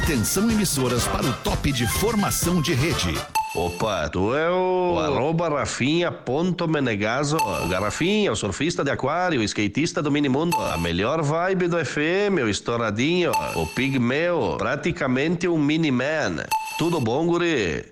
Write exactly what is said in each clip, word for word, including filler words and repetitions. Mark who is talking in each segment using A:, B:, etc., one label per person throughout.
A: Atenção emissoras para o top de formação de rede.
B: Opa, tu é o, o arroba Rafinha ponto Menegaso. Garrafinha, o surfista de aquário, o skatista do minimundo, a melhor vibe do F M, o estouradinho, o pigmeu, praticamente um mini-man. Tudo bom, guri?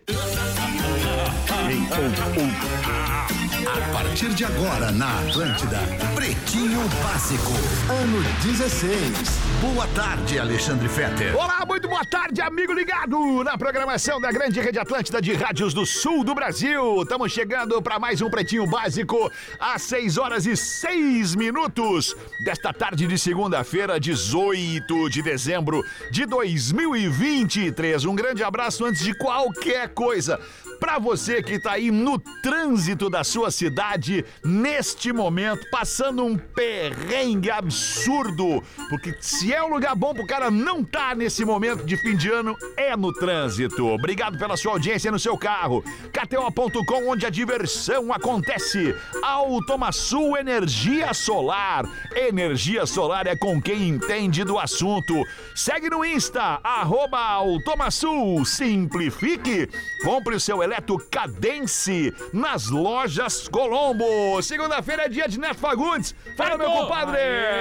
A: A partir de agora na Atlântida, Pretinho Básico, ano dezesseis. Boa tarde, Alexandre Fetter.
C: Olá, muito boa tarde, amigo ligado na programação da grande rede Atlântida de rádios do sul do Brasil. Estamos chegando para mais um Pretinho Básico às seis horas e seis minutos desta tarde de segunda-feira, dezoito de dezembro de dois mil e vinte e três. Um grande abraço antes de qualquer coisa para você que tá aí no trânsito da sua cidade neste momento, passando um perrengue absurdo, porque se é um lugar bom pro cara não tá nesse momento de fim de ano, é no trânsito. Obrigado pela sua audiência no seu carro. K T O ponto com, onde a diversão acontece. Automaçul Energia Solar. Energia solar é com quem entende do assunto. Segue no Insta, arroba Automaçul. Simplifique. Compre o seu Eletro Cadence nas lojas Colombo. Segunda-feira é dia de Neto Fagundes. Fala, meu compadre!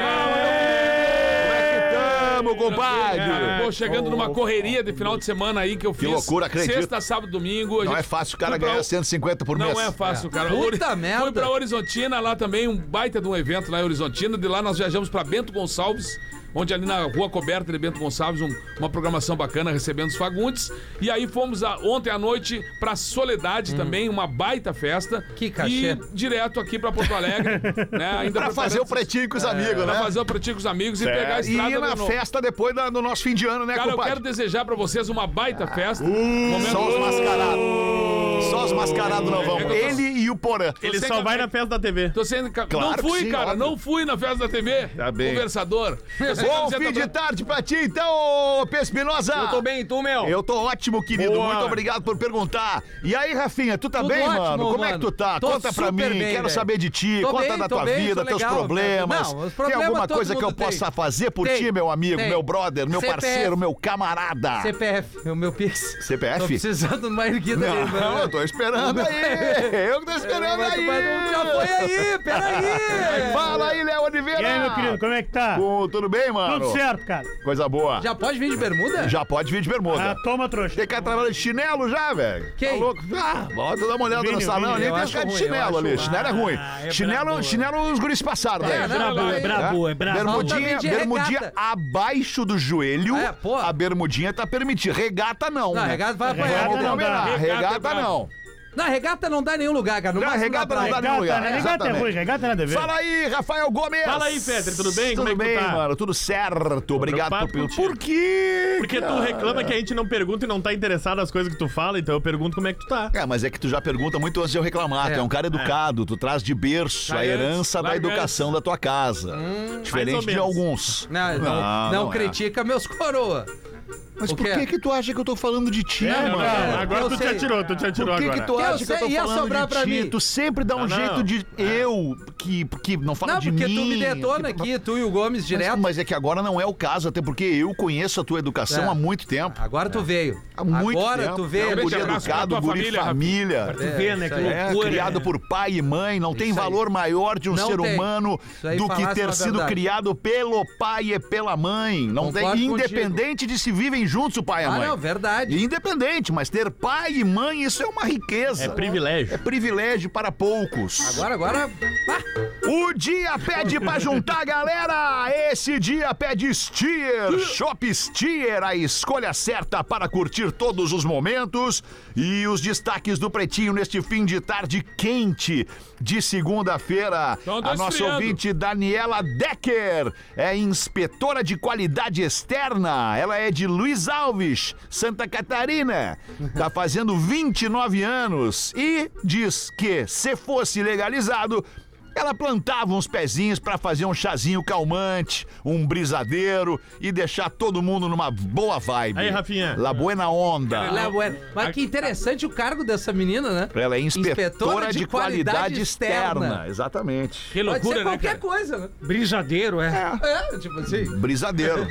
C: Como é que tamo, compadre?
D: Pô, chegando numa correria de final de semana aí que eu fiz.
C: Que loucura, acredito.
D: Sexta, sábado, domingo.
C: Não é fácil o cara ganhar cento e cinquenta por mês.
D: Não é fácil, cara.
E: Puta merda.
D: Fui pra Horizontina, lá também, um baita de um evento lá em Horizontina. De lá nós viajamos pra Bento Gonçalves, onde ali na Rua Coberta de Bento Gonçalves, um, uma programação bacana, recebendo os Fagundes. E aí fomos a, ontem à noite pra Soledade hum. também, uma baita festa.
E: Que cachê.
D: E direto aqui pra Porto Alegre, né? Ainda
C: pra fazer o pretinho com os é, amigos, né?
D: Pra fazer o pretinho com os amigos certo. E pegar a estrada.
C: E ir na festa depois da, do nosso fim de ano, né,
D: cara,
C: compadre?
D: eu quero desejar pra vocês uma baita festa.
C: Uh, só os mascarados. Só os mascarados não vão. É Ele tô... e o Porã.
F: Ele só vai na festa da T V.
D: Tô sendo...
C: Claro
D: não fui,
C: sim,
D: cara.
C: óbvio.
D: Não fui na festa da T V.
C: Tá bem.
D: Conversador.
C: Bom fim de tarde pra ti, então, P. Espinosa.
E: Eu tô bem, e tu, meu?
C: Eu tô ótimo, querido.
F: Boa.
C: Muito obrigado por perguntar. E aí, Rafinha, tu tá
E: Tudo
C: bem,
E: ótimo,
C: mano? Como
E: mano.
C: é que tu tá?
E: Tô
C: Conta pra mim.
E: super bem,
C: Quero
E: velho.
C: saber de ti.
E: Tô
C: Conta
E: bem,
C: da
E: tô
C: tua
E: bem,
C: vida,
E: tô
C: teus
E: legal,
C: problemas.
E: não, os
C: Tem
E: problemas
C: alguma
E: todo
C: coisa que eu
E: mundo
C: possa
E: tem.
C: fazer por
E: Tem.
C: ti, meu amigo,
E: Tem.
C: meu brother, meu
E: C P F.
C: parceiro, meu camarada?
E: C P F, o meu Pix.
C: C P F?
E: Tô precisando de uma erguida ali, mano.
C: Não, eu tô esperando aí. Eu que tô esperando
E: Mas tu
C: aí.
E: vai- Já foi aí, peraí.
C: Fala aí, Léo Oliveira.
F: E aí, meu querido, como é que tá?
C: Pô, tudo bem, mano?
F: Tudo certo, cara.
C: Coisa boa.
E: Já pode vir de bermuda?
C: Já pode vir de bermuda.
F: Ah, toma, trouxa.
C: Tem cara trabalhando de chinelo já, velho?
E: Quem?
C: Tá louco? Ah, bota dar uma olhada
F: Vini,
C: no salão
F: Vini,
C: ali,
E: eu
C: tem uns
E: acho
C: caras de
E: ruim, eu
C: chinelo
E: acho
C: ali. Chinelo é ruim.
F: Ah, é
C: chinelo,
F: brabo.
C: chinelo os guris passaram,
E: É,
C: velho.
E: não,
F: brabo,
E: não,
F: é brabo, é brabo.
C: Bermudinha,
E: Não, tá de
C: bermudinha
E: regata.
C: abaixo do joelho,
E: É, pô.
C: a bermudinha tá permitida. Regata não,
E: Não,
C: né?
E: regata vai apanhar.
F: Regata
C: Vamos
F: não
E: entendeu?
F: dá.
C: combinar.
D: Regata é
C: Regata
D: brabo.
C: não.
E: Não, regata não dá em nenhum lugar, cara. No
C: Não,
E: máximo
C: regata
E: na
C: não dá
E: praia.
C: nenhum lugar.
F: Regata, né? Regata é
C: Exatamente.
F: ruim, regata nada a ver.
C: Fala aí, Rafael Gomes.
F: Fala aí, Fetter, tudo bem?
C: Tudo
F: Como é que tu
C: bem,
F: tá?
C: mano, tudo certo. Obrigado por
F: preocupado
C: perguntar.
F: contigo.
C: Por quê?
F: Porque tu
C: cara?
F: reclama que a gente não pergunta e não tá interessado nas coisas que tu fala, então eu pergunto como é que tu tá.
C: É, mas é que tu já pergunta muito antes de eu reclamar.
E: É.
C: Tu é um cara educado, tu traz de berço a
D: Larga
C: herança
D: antes,
C: da
D: larga
C: educação da tua casa.
F: mais
C: Diferente
F: ou
C: de
F: menos.
C: alguns.
E: Não, não, não,
C: é.
E: critica meus coroa.
C: Mas
E: O
C: por
E: quê?
C: que que tu acha que eu tô falando de ti,
F: É,
C: mano?
F: não,
E: é,
F: agora
E: eu
F: tu
E: sei.
F: te atirou, tu te atirou
C: Por que
F: agora.
C: que tu
E: Eu
C: acha que eu tô
E: sei, ia
C: falando
E: sobrar
C: de
E: pra
C: ti?
E: mim.
C: Tu sempre dá um
F: Não, não.
C: jeito de eu, que, que não fala
E: Não,
C: de
E: porque
C: mim.
E: tu me detona
C: que-
E: aqui, tu e o Gomes
C: Mas,
E: direto.
C: mas é que agora não é o caso, até porque eu conheço a tua educação
E: É.
C: há muito tempo.
E: Agora tu veio.
C: Há muito
E: Agora
C: tempo.
E: tu
C: É
E: veio.
C: um guri
D: abraço pra
C: educado,
D: tua
C: guri
D: família,
C: família.
F: Tu vê, né?
E: isso
F: Que
E: aí.
C: É,
F: loucura,
C: criado
F: né?
C: por pai e mãe, não tem
E: Isso aí.
C: valor maior de um
E: Não
C: ser
E: tem.
C: humano
E: Isso aí
C: do que
E: falasse
C: ter
E: uma
C: sido
E: verdade.
C: criado pelo pai e pela mãe. Não
E: Concordo
C: tem,
E: contigo.
C: independente de se vivem juntos o pai e a
E: Ah,
C: mãe.
E: não, verdade.
C: Independente, mas ter pai e mãe, isso é uma riqueza.
F: É privilégio.
C: É privilégio para poucos.
E: Agora, agora. Ah,
C: O dia pede pra juntar, galera! Esse dia pede Stier, Shop Stier, a escolha certa para curtir todos os momentos. E os destaques do Pretinho neste fim de tarde quente de segunda-feira.
D: Então tá
C: A nossa
D: esfriando.
C: ouvinte Daniela Decker é inspetora de qualidade externa. Ela é de Luiz Alves, Santa Catarina. Tá fazendo vinte e nove anos e diz que, se fosse legalizado, ela plantava uns pezinhos pra fazer um chazinho calmante, um brisadeiro e deixar todo mundo numa boa vibe.
F: Aí, Rafinha.
C: La buena onda.
E: Léo Bueno. Mas que interessante o cargo dessa menina, né?
C: Ela é inspetora, de, qualidade, externa. Exatamente.
D: Que
E: Pode ser
D: loucura, né,
E: qualquer
D: cara?
E: coisa, né?
F: Brisadeiro, é.
E: É, tipo assim.
C: Brisadeiro.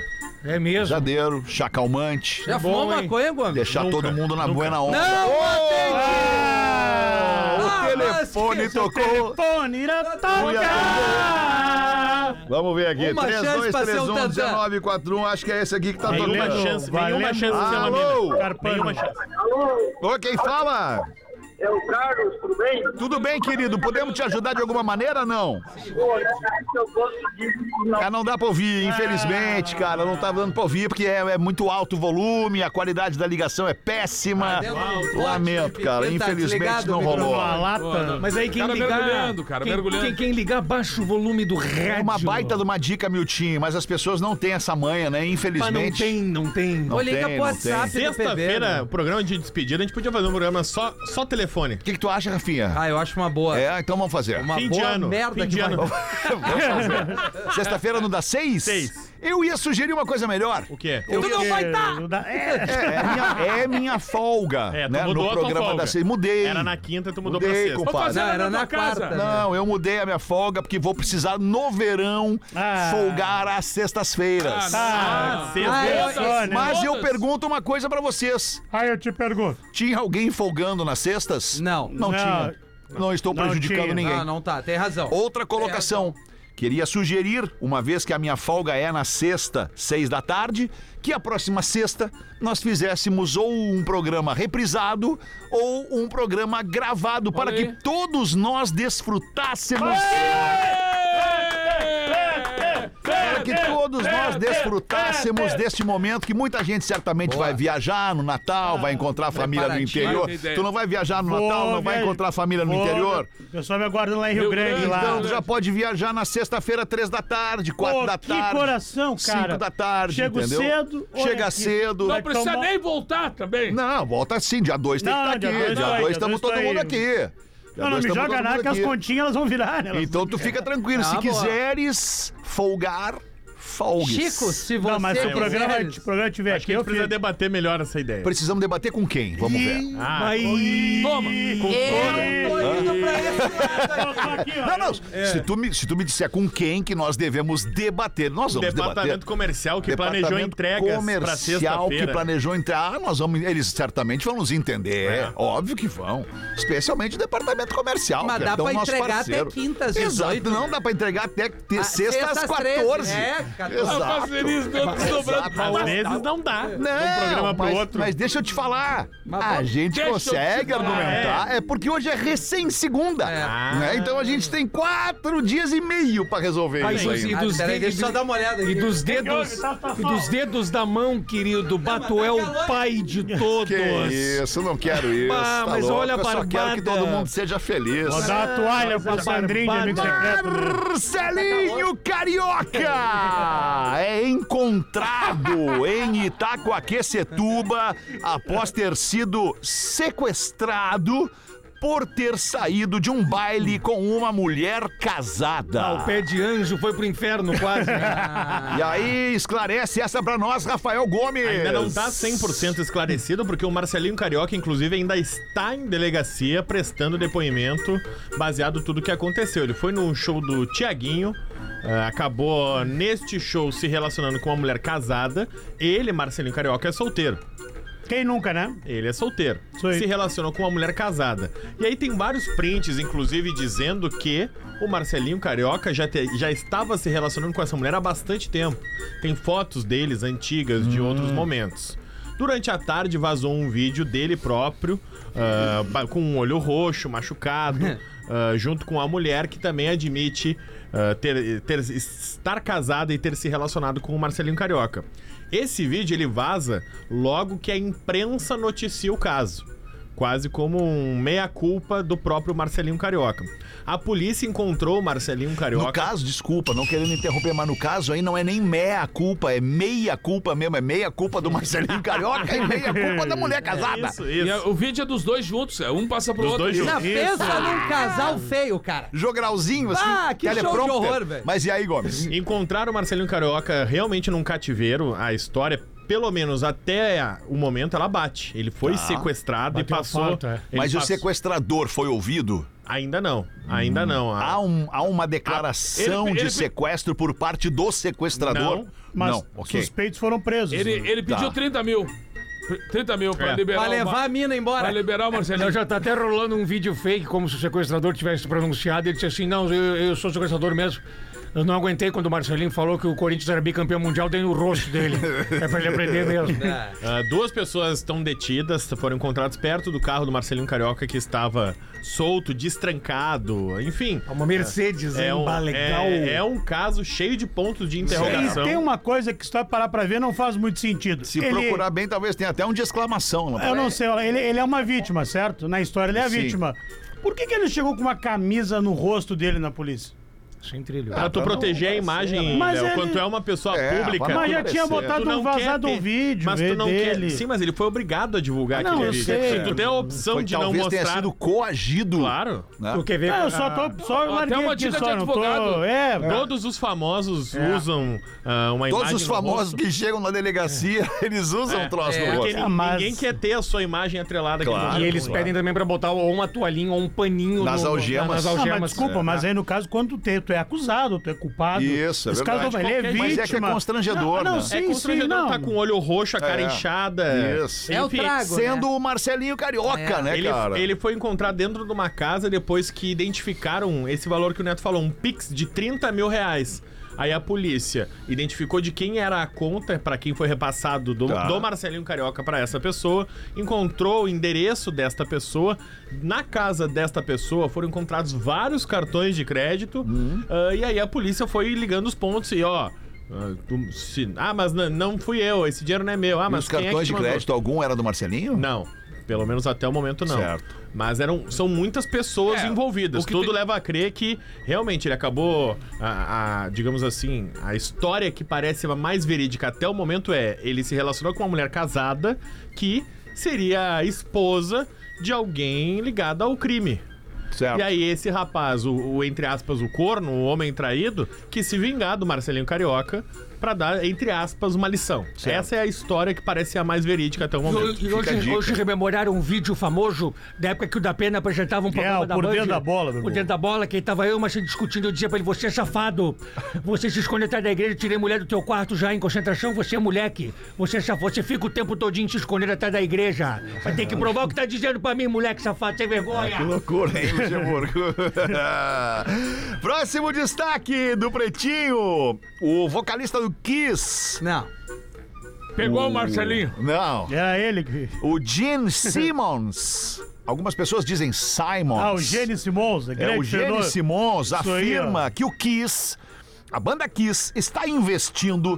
G: É mesmo.
C: Pesadeiro, chá calmante.
E: Já fumou maconha, Gomes?
C: Deixar
F: Nunca,
C: todo mundo na
F: nunca.
C: buena onda.
E: Não, atende!
C: Ah, o
E: Ah,
C: telefone
E: mas que-
C: tocou.
G: Telefone irá tocar.
C: Vamos ver aqui.
E: Uma
C: três
E: chance
C: dois
E: pra ser
C: três
E: um
C: um
E: tantã.
C: um nove quatro um. Acho que é esse aqui que tá
F: Nenhuma
C: tocando.
F: chance,
G: Valendo.
F: nenhuma chance de ser uma
C: Alô?
F: mina.
G: Carpano.
F: Nenhuma chance.
C: Ô, quem fala?
H: É o Carlos, tudo bem?
C: Tudo bem, querido? Podemos te ajudar de alguma maneira, não?
H: Pô, eu gosto disso. Não.
C: Ah, não dá pra ouvir, infelizmente, cara. Não tá dando pra ouvir porque é, é muito alto o volume, a qualidade da ligação é péssima.
E: deu um
C: Lamento,
E: pote,
C: cara.
E: tá
C: Infelizmente
E: desligado
C: não
E: o
C: rolou.
G: Uma lata.
D: Pô, não.
G: Mas aí quem
D: Cara
G: ligar...
D: mergulhando, cara,
G: quem,
D: mergulhando.
G: Quem, quem ligar, baixa o volume do rádio.
C: É uma baita de uma dica, Miltinho, mas as pessoas não têm essa manha, né?
G: Mas não
C: Infelizmente.
G: tem, não tem.
C: Não
E: Ô, liga
C: tem,
E: pro
C: não
E: WhatsApp do P B.
F: Sexta-feira, o programa de despedida, a gente podia fazer um programa só, só telefone.
C: O que, que tu acha, Rafinha?
E: Ah, eu acho uma boa.
C: É, então vamos fazer.
E: Uma
F: Fim de
E: boa
F: ano,
E: merda
F: fim de
E: que vai...
F: ano.
C: Vamos fazer. Sexta-feira não dá seis?
F: Seis.
C: Eu ia sugerir uma coisa melhor.
F: O quê?
E: Tu não vai estar!
G: Não dá- É,
C: É, é minha, é minha folga,
F: É, tu
C: né?
F: mudou
C: No
F: a tua
C: programa
F: folga.
C: da seis. Mudei.
F: Era na quinta, tu mudou pra
C: Mudei,
F: sexta.
C: compadre.
D: Vamos fazer
E: Não,
D: lá
E: era
D: na
E: na
D: tua casa.
E: quarta.
C: Não, eu mudei a minha folga porque vou precisar no verão
G: Ah.
C: folgar às sextas-feiras.
G: Ah,
F: Sexta.
E: Ah, eu-
G: só, né?
C: Mas eu
D: Todas.
C: pergunto uma coisa pra vocês.
G: Aí eu te pergunto.
C: Tinha alguém folgando nas sextas?
E: Não.
C: Não,
G: Não.
C: tinha. Não estou
G: Não
C: prejudicando
G: tinha.
C: ninguém.
E: Não, não tá, tem razão.
C: Outra colocação. Queria sugerir, uma vez que a minha folga é na sexta, seis da tarde, que a próxima sexta nós fizéssemos ou um programa reprisado ou um programa gravado para
D: aí.
C: que todos nós desfrutássemos. Para que todos nós desfrutássemos deste momento que muita gente certamente
E: Boa.
C: vai viajar no Natal, vai encontrar a família no
E: Preparativo.
C: interior.
D: Boa ideia.
C: Tu não vai viajar no
G: Vou,
C: Natal, não vai
G: velho.
C: encontrar a família no
G: Vou,
C: interior.
G: O pessoal me aguardando lá em Rio,
D: Rio
G: Grande,
D: Grande,
G: lá.
C: Então
D: né?
C: tu já pode viajar na sexta-feira, três da tarde, quatro
G: Pô,
C: da
G: que
C: tarde.
G: coração, cara.
C: Cinco da tarde,
G: Chego
C: entendeu?
G: cedo, olha
C: Chega
G: aqui.
C: cedo.
D: Não
G: Vai
D: precisa
G: tomar-
D: nem voltar também.
C: Não, volta sim, dia dois tem
G: Não,
C: que estar
G: dia
C: aqui.
G: dois
C: Dia
G: vai,
C: dois
G: dia
C: estamos
G: dois
C: todo
G: tô
C: mundo
G: aí.
C: aqui. Dia
G: Não, não
C: dois
G: me
C: tamo
G: joga
C: todo
G: nada
C: mundo
G: que as
C: aqui.
G: continhas elas vão virar, né? Elas-
C: Então tu fica tranquilo,
E: Ah,
C: se
E: boa.
C: quiseres folgar, folgues.
E: Chico, se você...
G: Não, mas se o programa,
E: quiseres-
G: o programa tiver
F: Acho
G: aqui,
F: que a
G: eu
F: gente precisa
G: fico.
F: debater melhor essa ideia.
C: Precisamos debater com quem? Vamos ver.
F: Ah,
G: Mas...
D: Toma.
E: Eu tô indo pra esse lado
G: Eu tô aqui, ó.
C: Não, não. Se, tu me, se tu me disser com quem que nós devemos debater, nós
F: o
C: vamos debater.
F: departamento comercial que planejou
C: Departamento
F: entregas pra
C: comercial que
F: sexta-feira.
C: planejou entregar, ah, nós vamos, eles certamente vão nos entender,
F: É.
C: óbvio que vão, especialmente o departamento comercial,
E: Mas
C: que
E: dá
C: é tão
E: pra
C: nosso
E: entregar
C: parceiro.
E: até quinta às
C: Exato,
E: dezoito,
C: não
E: né?
C: dá pra entregar até te-
E: Ah,
C: sexta às
E: sexta às treze,
C: quatorze.
E: é, quatorze.
D: Vai
C: Exato.
D: fazer isso, deu sobrando.
F: Às vezes não dá.
C: Não,
F: de um programa pro
C: mas,
F: outro.
C: mas deixa eu te falar.
E: Mas
C: a
E: vamos-
C: gente
D: deixa eu
C: consegue
D: te falar,
C: argumentar. É. porque hoje é recém-segunda.
E: É.
C: Né? Então a gente tem quatro dias e meio pra resolver
I: Aí,
C: isso aí.
I: e
E: Ah,
I: dos,
E: peraí,
I: de-
E: deixa eu só dar uma olhada aqui.
I: e dos
G: que
I: dedos
G: houve? Tá- tá
I: e dos
G: só.
I: dedos da mão, querido, Bato é o pai de todos.
C: Que isso, não quero isso.
I: Ah,
C: tá
I: mas
C: louco?
I: olha a
C: Eu só quero que
I: barbada.
C: todo mundo seja feliz.
G: Vou dar a toalha pro Sandrinho de amigo secreto. né?
C: Marcelinho Carioca é encontrado em Itacoaquecetuba após ter sido sequestrado por ter saído de um baile com uma mulher casada.
I: Ah, o pé de anjo foi pro inferno quase. né?
C: E aí, esclarece essa pra nós, Rafael Gomes.
F: Ainda não tá cem por cento esclarecido, porque o Marcelinho Carioca, inclusive, ainda está em delegacia prestando depoimento baseado em tudo que aconteceu. Ele foi num show do Tiaguinho, eh, acabou neste show se relacionando com uma mulher casada. Ele, Marcelinho Carioca, é solteiro.
G: Quem nunca, né?
F: Ele é solteiro.
G: Isso aí.
F: Se relacionou com uma mulher casada. E aí tem vários prints, inclusive, dizendo que o Marcelinho Carioca já, te- já estava se relacionando com essa mulher há bastante tempo. Tem fotos deles antigas de outros momentos. Durante a tarde vazou um vídeo dele próprio, ah, ba- com um olho roxo, machucado, ah, junto com a mulher que também admite ah, ter, ter- estar casada e ter se relacionado com o Marcelinho Carioca. Esse vídeo ele vaza logo que a imprensa noticia o caso, quase como um meia-culpa do próprio Marcelinho Carioca. A polícia encontrou o Marcelinho Carioca...
C: No caso, desculpa, não querendo interromper, mas no caso aí não é nem meia culpa, é meia culpa mesmo, é meia culpa do Marcelinho Carioca e meia culpa da mulher casada.
F: Isso,
D: E
F: isso.
D: a- o vídeo é dos dois juntos, é, um passa pro
F: Dos
D: outro.
F: dois
D: Isso.
E: Não,
F: juntos.
E: pensa num casal feio, cara.
C: Jogralzinho, assim,
E: Ah, que show de
C: teleprompter.
E: horror, velho.
C: Mas e aí, Gomes?
F: Encontraram o Marcelinho Carioca realmente num cativeiro. A história, pelo menos até o momento, ela bate. Ele foi sequestrado
G: Bateu
F: e passou...
G: foto, é.
F: ele
C: Mas o
F: passou-
C: sequestrador foi ouvido?
F: Ainda não, ainda não. A-
C: Há, um, há uma declaração
D: Ah, ele-
C: de
D: ele-
C: sequestro por parte do sequestrador?
F: Não,
G: Mas
C: Não, ok.
G: suspeitos foram presos.
D: Ele, ele pediu
C: Tá.
D: trinta mil. trinta mil pra
F: É.
D: liberar
E: Pra
D: o
E: levar
D: Ma-
E: a mina embora.
D: Pra liberar o Marcelinho.
I: Não, já tá até rolando um vídeo fake, como se o sequestrador tivesse pronunciado. Ele disse assim: não, eu, eu sou sequestrador mesmo. Eu não aguentei quando o Marcelinho falou que o Corinthians era bicampeão mundial, dei no rosto dele. É pra ele aprender mesmo.
F: Ah, duas pessoas estão detidas, foram encontradas perto do carro do Marcelinho Carioca, que estava solto, destrancado, enfim.
I: Uma Mercedes,
F: É
I: hein?
F: um,
I: Bah, legal.
F: é, é um caso cheio de pontos de
G: E
F: interrogação.
G: tem uma coisa que se tu vai parar pra ver não faz muito sentido.
C: Se
G: Ele-
C: procurar bem, talvez tenha até um de exclamação. Lá.
G: Eu não sei, ele, ele é uma vítima, certo? Na história ele é a
C: Sim.
G: vítima. Por que, que ele chegou com uma camisa no rosto dele na polícia?
I: Sem trilho.
F: Pra tu
C: pra
F: proteger
C: não
F: a imagem,
G: Mas
F: Léo,
G: ele-
F: quando tu é uma pessoa
C: É,
F: pública.
C: pra
G: Mas já
C: aparecer.
G: tinha botado
F: tu não
G: um vazado
F: quer ter-
G: um vídeo
F: mas tu
G: vê,
F: não
G: dele.
F: quer. Sim, mas ele foi obrigado a divulgar
G: Ah, não,
F: aquele
G: eu
F: vídeo.
G: sei.
F: Se tu tem a opção
C: Foi,
F: de não
C: talvez tenha
F: mostrar.
C: sido coagido.
F: Claro.
C: Né?
I: Tu quer ver?
G: Ah, eu só
I: a-
G: tô. Só
D: Até
G: larguei
D: uma
G: aqui
D: dica
G: só,
D: de
G: não tô.
D: advogado.
G: É,
F: Todos os famosos usam ah, uma
C: Todos
F: imagem.
C: os
F: no
C: famosos
F: rosto.
C: que chegam na delegacia, eles usam
F: É,
C: um troço
E: é,
C: no
F: Porque
C: rosto.
G: Ah, mas-
F: ninguém quer ter a sua imagem atrelada
C: Claro.
F: aqui.
I: E eles pedem também pra botar ou uma toalhinha ou um paninho
C: Nas
I: no-
C: algemas.
I: nas
G: Ah,
I: algemas.
G: mas desculpa, mas aí no caso, quando tu, te, tu é acusado, tu é culpado.
C: Isso, é
G: Esse caso
C: verdade.
G: não vai, ele é
F: Qualquer-
G: vítima.
C: mas é que é constrangedor,
G: não, não,
C: né?
G: sim,
F: É constrangedor,
G: sim, não.
F: tá com o olho roxo, a cara
C: É.
F: inchada.
C: Isso.
E: É o
F: Enfim,
E: trago,
C: Sendo
E: né?
C: o Marcelinho Carioca,
E: É.
C: né,
F: Ele,
C: cara?
F: ele foi encontrado dentro de uma casa depois que identificaram esse valor que o Neto falou, um Pix de trinta mil reais. Aí a polícia identificou de quem era a conta, pra quem foi repassado do,
C: Tá.
F: do Marcelinho Carioca pra essa pessoa, encontrou o endereço desta pessoa. Na casa desta pessoa foram encontrados vários cartões de crédito.
C: Uhum.
F: ah, e aí a polícia foi ligando os pontos e, ó. ah, tu- se- ah, mas n- não fui eu, esse dinheiro não é meu. Ah,
C: E
F: mas
C: os
F: quem é que
C: cartões
F: te
C: de
F: mandou?
C: crédito, algum era do Marcelinho?
F: Não. Pelo menos até o momento não.
C: Certo.
F: Mas eram, são muitas pessoas
D: É,
F: envolvidas.
D: o que
F: Tudo
D: tem-
F: leva a crer que realmente ele acabou, a, a- digamos assim, a história que parece a mais verídica até o momento é ele se relacionou com uma mulher casada que seria a esposa de alguém ligado ao crime.
C: Certo.
F: E aí esse rapaz, o, o, entre aspas, o corno, o homem traído, quis se vingar do Marcelinho Carioca pra dar, entre aspas, uma lição.
C: Certo.
F: Essa é a história que parece a mais verídica até o momento.
I: E
C: Fica a
I: hoje,
C: dica.
I: hoje rememoraram um vídeo famoso da época que o da Pena apresentava um programa
G: o
I: da
G: Por
I: Band.
G: Dentro da Bola, meu
I: Por
G: irmão.
I: dentro da bola, que tava eu e o Marcelo discutindo. Eu dizia pra ele: você é safado. Você se esconde atrás da igreja. Eu tirei mulher do teu quarto já em concentração. Você é moleque. Você é safado. Você fica o tempo todinho se escondendo atrás da igreja. Vai ter que provar o que tá dizendo pra mim, moleque safado. Sem vergonha.
C: Que loucura, hein, Luxemburgo? Próximo destaque do Pretinho. O vocalista do Kiss.
E: Não.
D: Pegou o Marcelinho.
C: Não.
G: Era ele que.
C: O Gene Simmons. Algumas pessoas dizem Simons.
G: Ah, o Gene Simmons,
C: É,
G: grande
C: o Gene
G: tenor.
C: Simmons
G: Isso aí,
C: afirma
G: ó.
C: que o Kiss, a banda Kiss, está investindo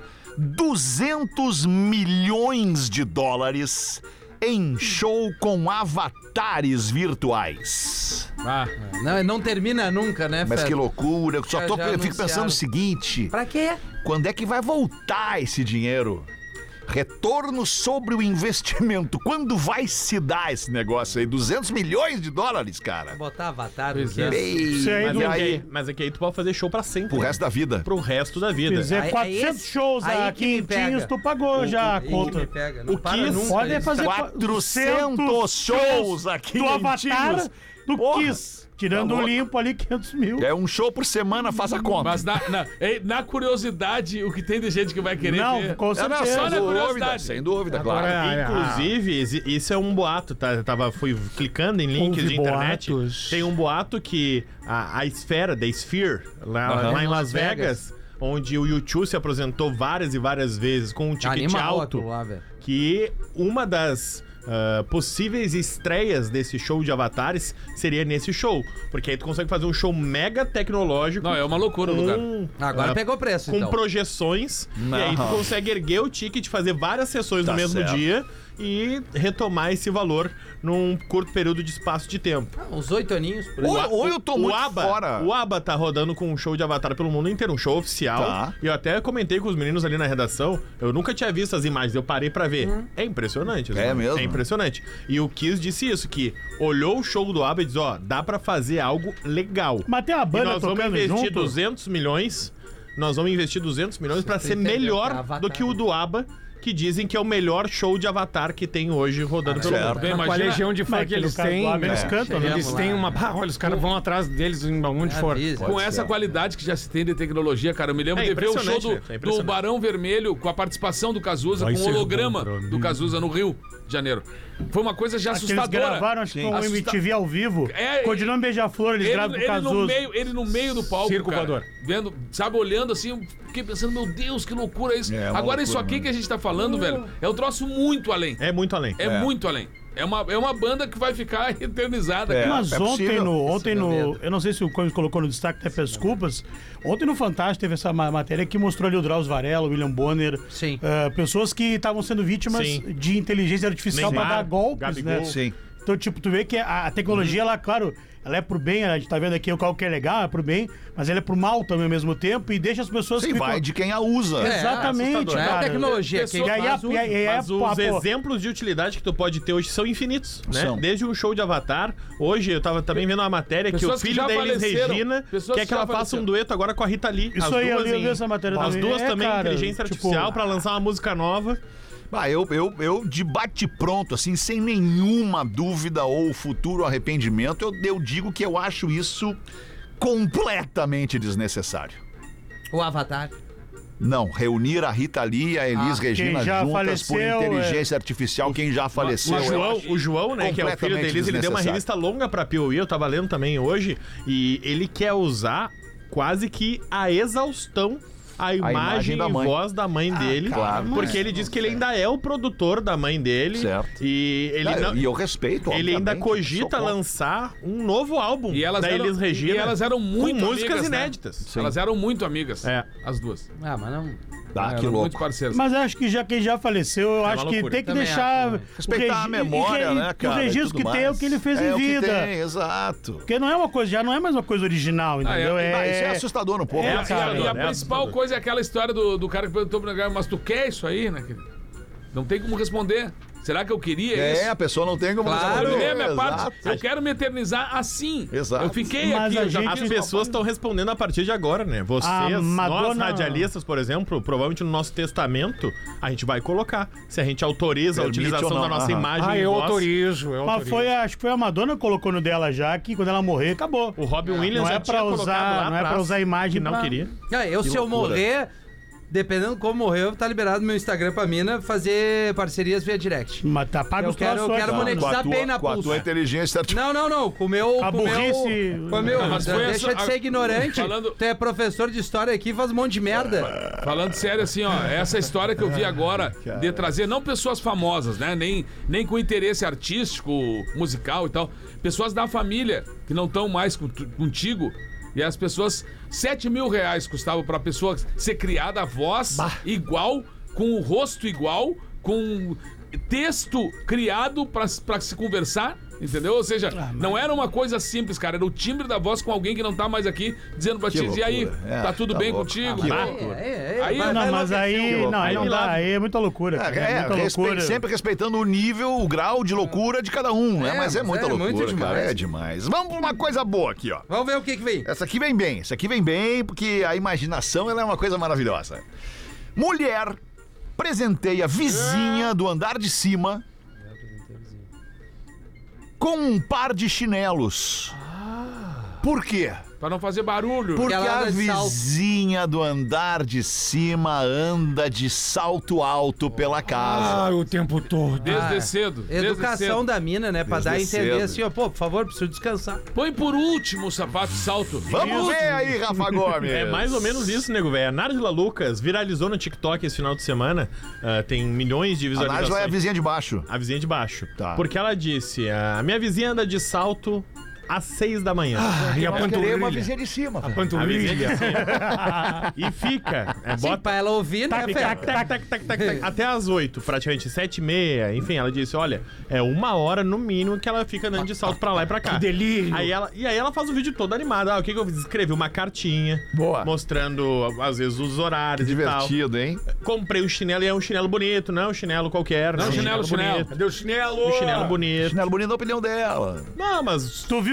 C: duzentos milhões de dólares em show com avatares virtuais.
D: Ah,
E: Não, não termina nunca, né,
C: Mas
E: Fred?
C: que loucura. Eu só
E: Já-
C: tô,
E: já
C: eu fico pensando
E: anunciaram.
C: o seguinte:
E: Pra quê?
C: quando é que vai voltar esse dinheiro? Retorno sobre o investimento. Quando vai se dar esse negócio aí? duzentos milhões de dólares, cara.
E: Botar avatar.
D: Pois
E: no
D: é.
E: quê?
C: Ei,
G: Isso aí
F: Mas,
G: do-
F: é
C: aí,
F: que aí, mas é que aí tu pode fazer show pra sempre.
C: pro resto da vida.
F: Pro resto da vida.
G: Fizer
E: Aí-
G: quatrocentos
E: aí
G: shows
E: aí
G: aqui
E: que me
G: em
E: pega.
G: Tinhos, tu pagou já a
E: Aí que
G: conta.
E: me pega. Não
F: O
E: para
F: Kiss
E: nunca,
G: Pode
E: eles-
G: fazer
C: quatrocentos shows aqui
G: do
C: em
G: Avatar
C: Tinhos.
G: do
C: Porra.
G: Kiss. Tirando
C: Tá
G: o
C: louco.
G: limpo ali, quinhentos mil.
C: É um show por semana, faz a conta.
D: mas na, na, ei, na curiosidade, o que tem de gente que vai querer
G: Não,
D: ver.
G: com
C: É, não,
G: certeza.
D: só na
C: sem dúvida,
D: curiosidade.
C: sem dúvida,
I: Agora,
C: claro.
I: é,
F: Inclusive, esse- isso é um boato, tá? Eu tava, fui clicando em links
I: Houve
F: de internet.
I: boatos.
F: Tem um boato que a, a esfera, The Sphere, lá,
D: Aham.
F: lá em Las
E: Las
F: Vegas, onde o YouTube se apresentou várias e várias vezes com um ticket
E: Animal
F: alto,
E: aquilo lá, velho.
F: que uma das ah, possíveis estreias desse show de avatares seria nesse show. Porque aí tu consegue fazer um show mega tecnológico.
D: Não, é uma loucura o lugar.
F: com,
E: Agora
F: ah,
E: pegou preço,
F: com
E: então.
F: projeções. E aí tu
C: Não.
F: consegue erguer o ticket, fazer várias sessões
C: Tá
F: no mesmo
C: certo.
F: dia e retomar esse valor num curto período de espaço de tempo.
E: Ah, uns oito aninhos por aí.
C: Ou, ou eu tô
F: o
C: muito
F: ABBA,
C: fora.
F: O ABBA tá rodando com um show de Avatar pelo mundo inteiro, um show oficial.
C: Tá.
F: E eu até comentei com os meninos ali na redação, eu nunca tinha visto as imagens, eu parei pra ver. É impressionante. as
C: É
F: imagens.
C: mesmo?
F: É impressionante. E o Kiss disse isso, que olhou o show do ABBA e disse, ó, dá pra fazer algo legal.
G: Mas tem uma
F: E
G: banda
F: nós vamos
G: tocando
F: investir
G: junto.
F: duzentos milhões, nós vamos investir duzentos milhões pra
E: Você
F: ser
E: entendeu?
F: melhor
E: Avatar.
F: do que o do ABBA, que dizem que é o melhor show de Avatar que tem hoje rodando pelo mundo.
D: Bem,
I: Com a
D: imagina,
I: legião de fã
G: Mas
I: que
G: que
I: eles
G: no caso
I: têm.
G: do Abel, eles
I: é,
G: cantam, né?
I: Eles têm uma. Ah, olha, os caras vão atrás deles em onde for.
D: com essa qualidade que já se tem de tecnologia, cara, eu me lembro
F: É
D: de ver o show
F: impressionante,
D: do,
F: né? É
D: do
F: impressionante.
D: Barão Vermelho com a participação do Cazuza,
G: Vai
D: com o
G: ser
D: holograma
G: bom pra mim.
D: do Cazuza no Rio de Janeiro. Foi uma coisa já
G: Acho que eles
D: assustadora.
G: gravaram, acho que foi um
D: Assusta-
G: M T V ao vivo.
D: É,
G: Codinome Beija-Flor, eles
D: Ele,
G: gravam com o
D: ele, no
G: Cazuza.
D: meio, ele no meio do palco,
I: Circo
D: cara,
I: voador.
D: vendo, sabe, olhando assim, eu fiquei pensando, meu Deus, que loucura isso.
C: É, uma
D: Agora, isso
C: loucura,
D: aqui
C: mano.
D: que a gente tá falando, velho, é um troço muito além.
F: É muito além.
D: É, muito além. É uma, é uma banda que vai ficar eternizada,
C: É.
D: cara.
G: Mas
C: é
G: ontem
C: possível.
G: no, ontem
E: Esse é meu
G: no,
E: medo.
G: eu não sei se o Comes colocou no destaque, até peço desculpas. Ontem no Fantástico teve essa ma- matéria que mostrou ali o Drauzio Varela, o William Bonner,
E: Sim.
G: eh, pessoas que estavam sendo vítimas
F: Sim.
G: de inteligência artificial para
F: Neymar,
G: dar golpes,
F: Gabigol.
G: né?
C: Sim.
G: Então, tipo, tu vê que a, a tecnologia, ela, claro, ela é pro bem, a gente tá vendo aqui o carro que é legal, é pro bem, mas ela é pro mal também ao mesmo tempo e deixa as pessoas
C: Sim,
G: que
C: vai de quem a usa.
E: É,
G: Exatamente,
F: assustador.
E: Não é
G: cara.
E: a tecnologia,
D: Pessoa-
E: quem
G: E aí,
E: faz
G: a-
E: uso.
G: e aí, é,
F: Mas
G: pô,
F: os
G: pô,
F: exemplos de utilidade que tu pode ter hoje são infinitos, né?
C: São.
F: Desde um show de Avatar, hoje eu tava também vendo uma matéria que o
D: Pessoas que
F: filho
D: já
F: da Elis
D: faleceram.
F: Regina
D: Pessoas
F: quer
D: que
F: que ela
D: já
F: faça
D: faleceram.
F: um dueto agora com a Rita Lee.
G: Isso
F: As
G: aí, eu
F: duas
G: li- eu
F: em-
G: vi essa matéria
F: As
G: também.
F: duas
G: É,
F: também
G: cara,
F: inteligência
G: tipo-
F: artificial pra lançar uma música nova.
C: Ah, eu, eu, eu de bate pronto, assim, sem nenhuma dúvida ou futuro arrependimento, eu, eu digo que eu acho isso completamente desnecessário.
E: O Avatar.
C: Não, reunir a Rita Lee e a Elis
E: Ah,
C: Regina
G: quem já
C: juntas
G: faleceu,
C: por inteligência artificial, quem já faleceu.
F: O
C: eu
F: João,
C: acho
F: o João, né, que é o filho
C: completamente
F: deles, ele deu uma
C: desnecessário.
F: revista longa pra Piauí, eu tava lendo também hoje, e ele quer usar quase que a exaustão a imagem,
C: imagem da
F: e
C: mãe.
F: voz da mãe dele,
C: claro,
F: porque
C: mas-
F: ele diz que ele ainda é o produtor da mãe dele,
C: Certo.
F: e ele
C: Ah,
F: não-
C: E eu respeito,
F: ele ainda
C: obviamente,
F: cogita
C: sou contra.
F: lançar um novo álbum
D: E elas
F: da
D: eram,
F: Elis Regina
D: e elas eram muito
F: com músicas
D: amigas, né?
F: inéditas.
D: Elas eram muito amigas,
F: É.
D: as duas.
E: Ah, mas não...
C: Ah,
D: eram
C: que
D: muito
C: louco.
D: parceiras.
G: Mas acho que já quem já faleceu, eu acho que
F: loucura.
G: tem que
E: Também
G: deixar.
E: acho,
G: o
C: Respeitar a
G: regi-
C: memória,
G: e- e-
C: né, cara?
G: O
C: e
G: registro
C: tudo
G: que tem é o
C: mais.
G: que ele fez
C: é
G: em
C: o que
G: vida.
C: tem, exato.
G: Porque não é uma coisa, já não é mais uma coisa original, entendeu?
D: é-
G: É,
C: Ah, isso é assustador um pouco.
G: É,
C: né?
D: E
G: cara,
D: a, e a
F: é
D: principal
F: assustador.
D: coisa é aquela história do, do cara que perguntou pro negócio, mas tu quer isso aí, né, querido? Não tem como responder. Será que eu queria
C: É,
D: isso?
C: a pessoa não tem como
E: Claro.
D: Eu
C: responder.
D: dei a minha
C: Exato.
D: parte. Eu quero me eternizar assim.
C: Exato.
D: Eu fiquei
G: Mas
D: aqui,
G: a
D: eu já
G: gente-
F: As
D: fiz
F: pessoas estão respondendo a partir de agora, né? Vocês,
G: A
F: nós
G: Madonna-
F: radialistas, por exemplo, provavelmente no nosso testamento, a gente vai colocar se a gente autoriza a
C: Permite
F: utilização
C: ou não,
F: da nossa
C: aham.
F: imagem
I: Ah,
F: e
I: eu
F: voz.
I: autorizo, eu
G: Mas
I: autorizo.
G: foi, a- acho que foi a Madonna que colocou no dela já, que quando ela morrer, acabou.
F: O Robin Williams
G: Não
F: já
G: é
F: tinha
G: pra
F: colocado
G: usar,
F: lá
G: não é pra
F: atrás
G: usar a imagem
F: que não
G: pra-
F: queria.
E: Ah, eu,
C: Que
E: se eu
C: loucura.
E: morrer, dependendo como morrer, tá liberado no meu Instagram pra mina fazer parcerias via direct.
G: Mas tá pago
E: Eu
G: os
E: quero- eu
G: troços
E: quero
G: antes.
E: monetizar
C: Com a tua-
E: bem na
C: com a
E: pulsa.
C: tua inteligência artificial.
E: Não, não, não. Com o meu.
G: A
E: com o meu-
G: burrice-
E: Com o meu.
D: Mas foi
E: Deixa
D: essa-
E: de ser ignorante.
D: Falando-
E: Tu é professor de história aqui e faz um monte de merda.
D: Falando sério, assim, ó, essa história que eu vi agora de trazer, não pessoas famosas, né? Nem, nem com interesse artístico, musical e tal. Pessoas da família que não estão mais com- contigo. E as pessoas, sete mil reais custava pra pessoa ser criada a voz igual, com o rosto igual, com texto criado pra, pra se conversar. Entendeu? Ou seja, não era uma coisa simples, cara. Era o timbre da voz com alguém que não tá mais aqui, dizendo pra
C: Que
D: ti, e aí,
C: loucura. É,
D: tá tudo
C: tá
D: bem
C: louco.
D: contigo?
C: Que
D: Pô,
C: loucura.
E: É, é, é.
D: Aí-
E: Vai-
G: Não,
E: vai
G: mas
E: enlouquecer.
G: aí, não, aí não dá, aí é muita loucura. cara,
C: É,
G: É, muita
C: respe-
G: loucura.
C: sempre respeitando o nível, o grau de loucura de cada um, né?
E: É,
C: Mas é
E: mas
C: muita
E: é
C: loucura,
E: muito
C: cara.
E: demais.
C: É demais. Vamos pra uma coisa boa aqui, ó.
E: Vamos ver o que que vem.
C: Essa aqui vem bem, essa aqui vem bem, porque a imaginação ela é uma coisa maravilhosa. Mulher presenteia vizinha do andar de cima com um par de chinelos. Por quê?
D: Pra não fazer barulho.
C: Porque
E: ela
C: a
E: anda de salto.
C: vizinha do andar de cima anda de salto alto pela casa.
I: Ah, o tempo todo.
D: Desde
E: Ah,
D: cedo. desde
E: Educação
D: cedo.
E: da mina, né? Pra
C: Desde
E: dar a entender
C: cedo.
E: assim, ó, pô, por favor, preciso descansar.
D: Põe por último o sapato de salto.
C: Vamos ver aí, Rafa Gomes.
F: É mais ou menos isso, nego, velho. A Nárdila Lucas viralizou no TikTok esse final de semana. Ah, tem milhões de
C: A
F: visualizações.
C: Nájila é a vizinha de baixo.
F: A vizinha de baixo.
C: Tá.
F: Porque ela disse: a minha vizinha anda de salto às seis da manhã.
I: Ah, e a
C: Nós queremos a
I: panturrilha.
C: vizinha de cima. velho.
F: A vizinha de
I: Panturrilha.
F: cima. E fica. É,
E: Sim,
F: bota.
E: pra ela ouvir, né,
F: Tac,
E: Fé?
F: tac, tac, tac, tac, tac, tac, até às oito, praticamente, sete e meia. Enfim, ela disse: olha, é uma hora no mínimo que ela fica andando de salto pra lá e pra cá.
I: Que delírio.
F: Aí ela, e aí ela faz um vídeo todo animado. Ah, o que, que eu fiz? Escrevi uma cartinha.
C: Boa.
F: Mostrando, às vezes, os horários e tal.
C: Divertido, hein?
F: Comprei um chinelo e é um chinelo bonito, não é um chinelo qualquer.
D: Não,
F: é um
D: chinelo, chinelo.
F: bonito.
I: Cadê o chinelo?
F: Um chinelo bonito.
C: Chinelo bonito na opinião dela.
F: Não, mas
G: Tu viu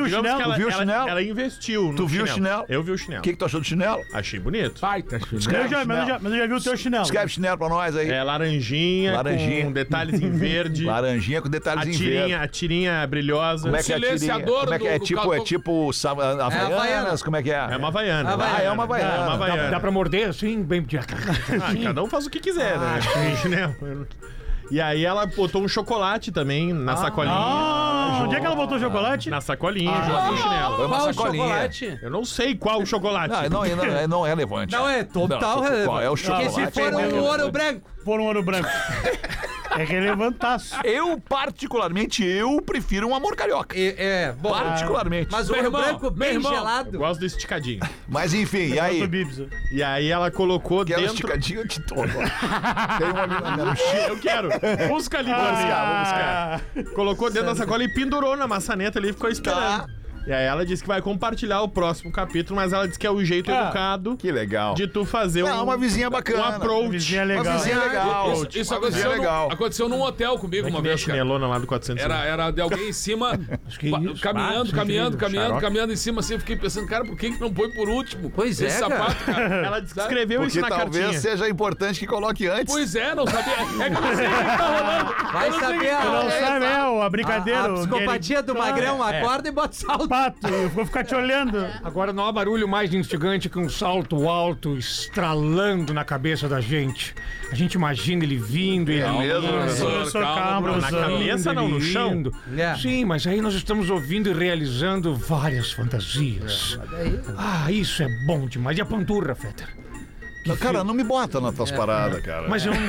G: viu o
F: Digamos
G: chinelo?
F: que ela,
C: Tu viu o
F: ela-
C: chinelo?
F: ela investiu no
C: Tu viu o chinelo?
F: Eu vi o chinelo.
C: O que, que tu achou do chinelo?
F: Achei bonito.
D: Pai, tá
G: Eu
C: Escreve
G: já, mas, eu já, mas eu já vi o teu chinelo.
C: Escreve chinelo pra nós aí.
F: É laranjinha,
C: Laranjinha.
F: com detalhes em verde.
C: Laranjinha com
F: A
C: detalhes em verde.
F: tirinha, a tirinha brilhosa.
C: Como é que é a tirinha?
D: Silenciador
C: Como é que é? É
D: do- do
C: tipo, é
D: caldo-
C: tipo sa- Havaianas?
E: Havaianas.
C: Como é que é?
F: É uma havaiana.
C: Ah, é uma havaiana.
F: É uma
I: Dá,
F: havaiana.
I: dá pra morder assim, bem.
F: Ah, cada um faz o que quiser, né? Chinelo. E aí ela botou um chocolate também na sacolinha.
G: Ah, onde é que ela botou o chocolate?
F: Na sacolinha, junto com o chinelo.
C: Foi uma
E: Qual
C: sacolinha.
E: chocolate?
F: Eu não sei qual o chocolate.
C: Não, não, não, é, não é relevante.
E: Não, é total
C: Não,
E: relevante.
C: qual é o
E: Porque
C: chocolate?
E: se for um ouro branco.
G: For um ouro branco. É relevantaço.
C: Eu, particularmente, eu prefiro um amor carioca.
E: É, é, bom.
C: Particularmente.
E: Mas o
D: Meu
E: ouro
D: irmão,
E: branco
D: meu
E: bem
D: irmão.
F: Eu
E: gelado.
F: gosto do esticadinho.
C: Mas enfim, e aí?
G: Do Bibs.
F: E aí ela colocou
C: Quero
F: dentro...
C: esticadinho, eu te dou agora. Tem um ali na minha mochila.
F: Eu quero. Busca ali,
C: Vamos
F: Bolinha.
C: buscar, vamos
G: Ah,
C: buscar.
F: Colocou dentro da sacola e pendurou na maçaneta ali e ficou esperando.
C: Tá.
F: E aí ela disse que vai compartilhar o próximo capítulo, mas ela disse que é o jeito
G: Ah,
F: educado
C: Que legal.
F: de tu fazer
C: Não,
F: um...
C: uma vizinha bacana.
F: Um approach.
G: vizinha
C: Uma
G: legal.
C: vizinha legal.
D: Isso, isso
C: Uma
D: aconteceu,
C: vizinha
D: num,
C: legal.
D: aconteceu num hotel comigo uma
F: Uma vez
D: vez, cara.
F: chinelona lá do quatrocentos.
D: Era, era de alguém em cima,
I: que
D: pa-
I: isso?
D: caminhando,
I: Ah,
D: caminhando,
I: que
D: caminhando,
F: xarope.
D: caminhando em cima assim. Eu fiquei pensando, cara, por que, que não põe por último?
E: Pois é,
D: esse
E: cara.
D: sapato, cara?
F: Ela descreveu isso
C: Porque
F: na
C: talvez
F: cartinha.
C: seja importante que coloque antes.
D: Pois é, não sabia. É que eu não sei o que tá rolando.
E: Vai
D: Eu não sei o que
E: saber
D: tá
E: a-
G: Não
D: rolando.
G: sabe, é, o- a
E: A,
G: brincadeira.
E: a
G: o
E: psicopatia do
G: Guerri-
E: magrão
F: É.
E: acorda e bota salto.
G: Pato, eu vou ficar te olhando.
I: Agora não há barulho mais instigante que um salto alto estralando na cabeça da gente. A gente imagina ele vindo, ele
C: mesmo,
I: indo,
C: professor?
G: Professor,
D: calma,
G: calma,
D: Bruno,
F: na
G: professor.
F: cabeça, não, no
I: ele
F: chão.
I: indo.
E: É.
I: Sim, mas aí nós estamos ouvindo e realizando várias fantasias. Ah, isso é bom demais. E a panturra, Fetter?
C: Não, cara, não me bota nas tuas paradas, cara.
I: Mas eu não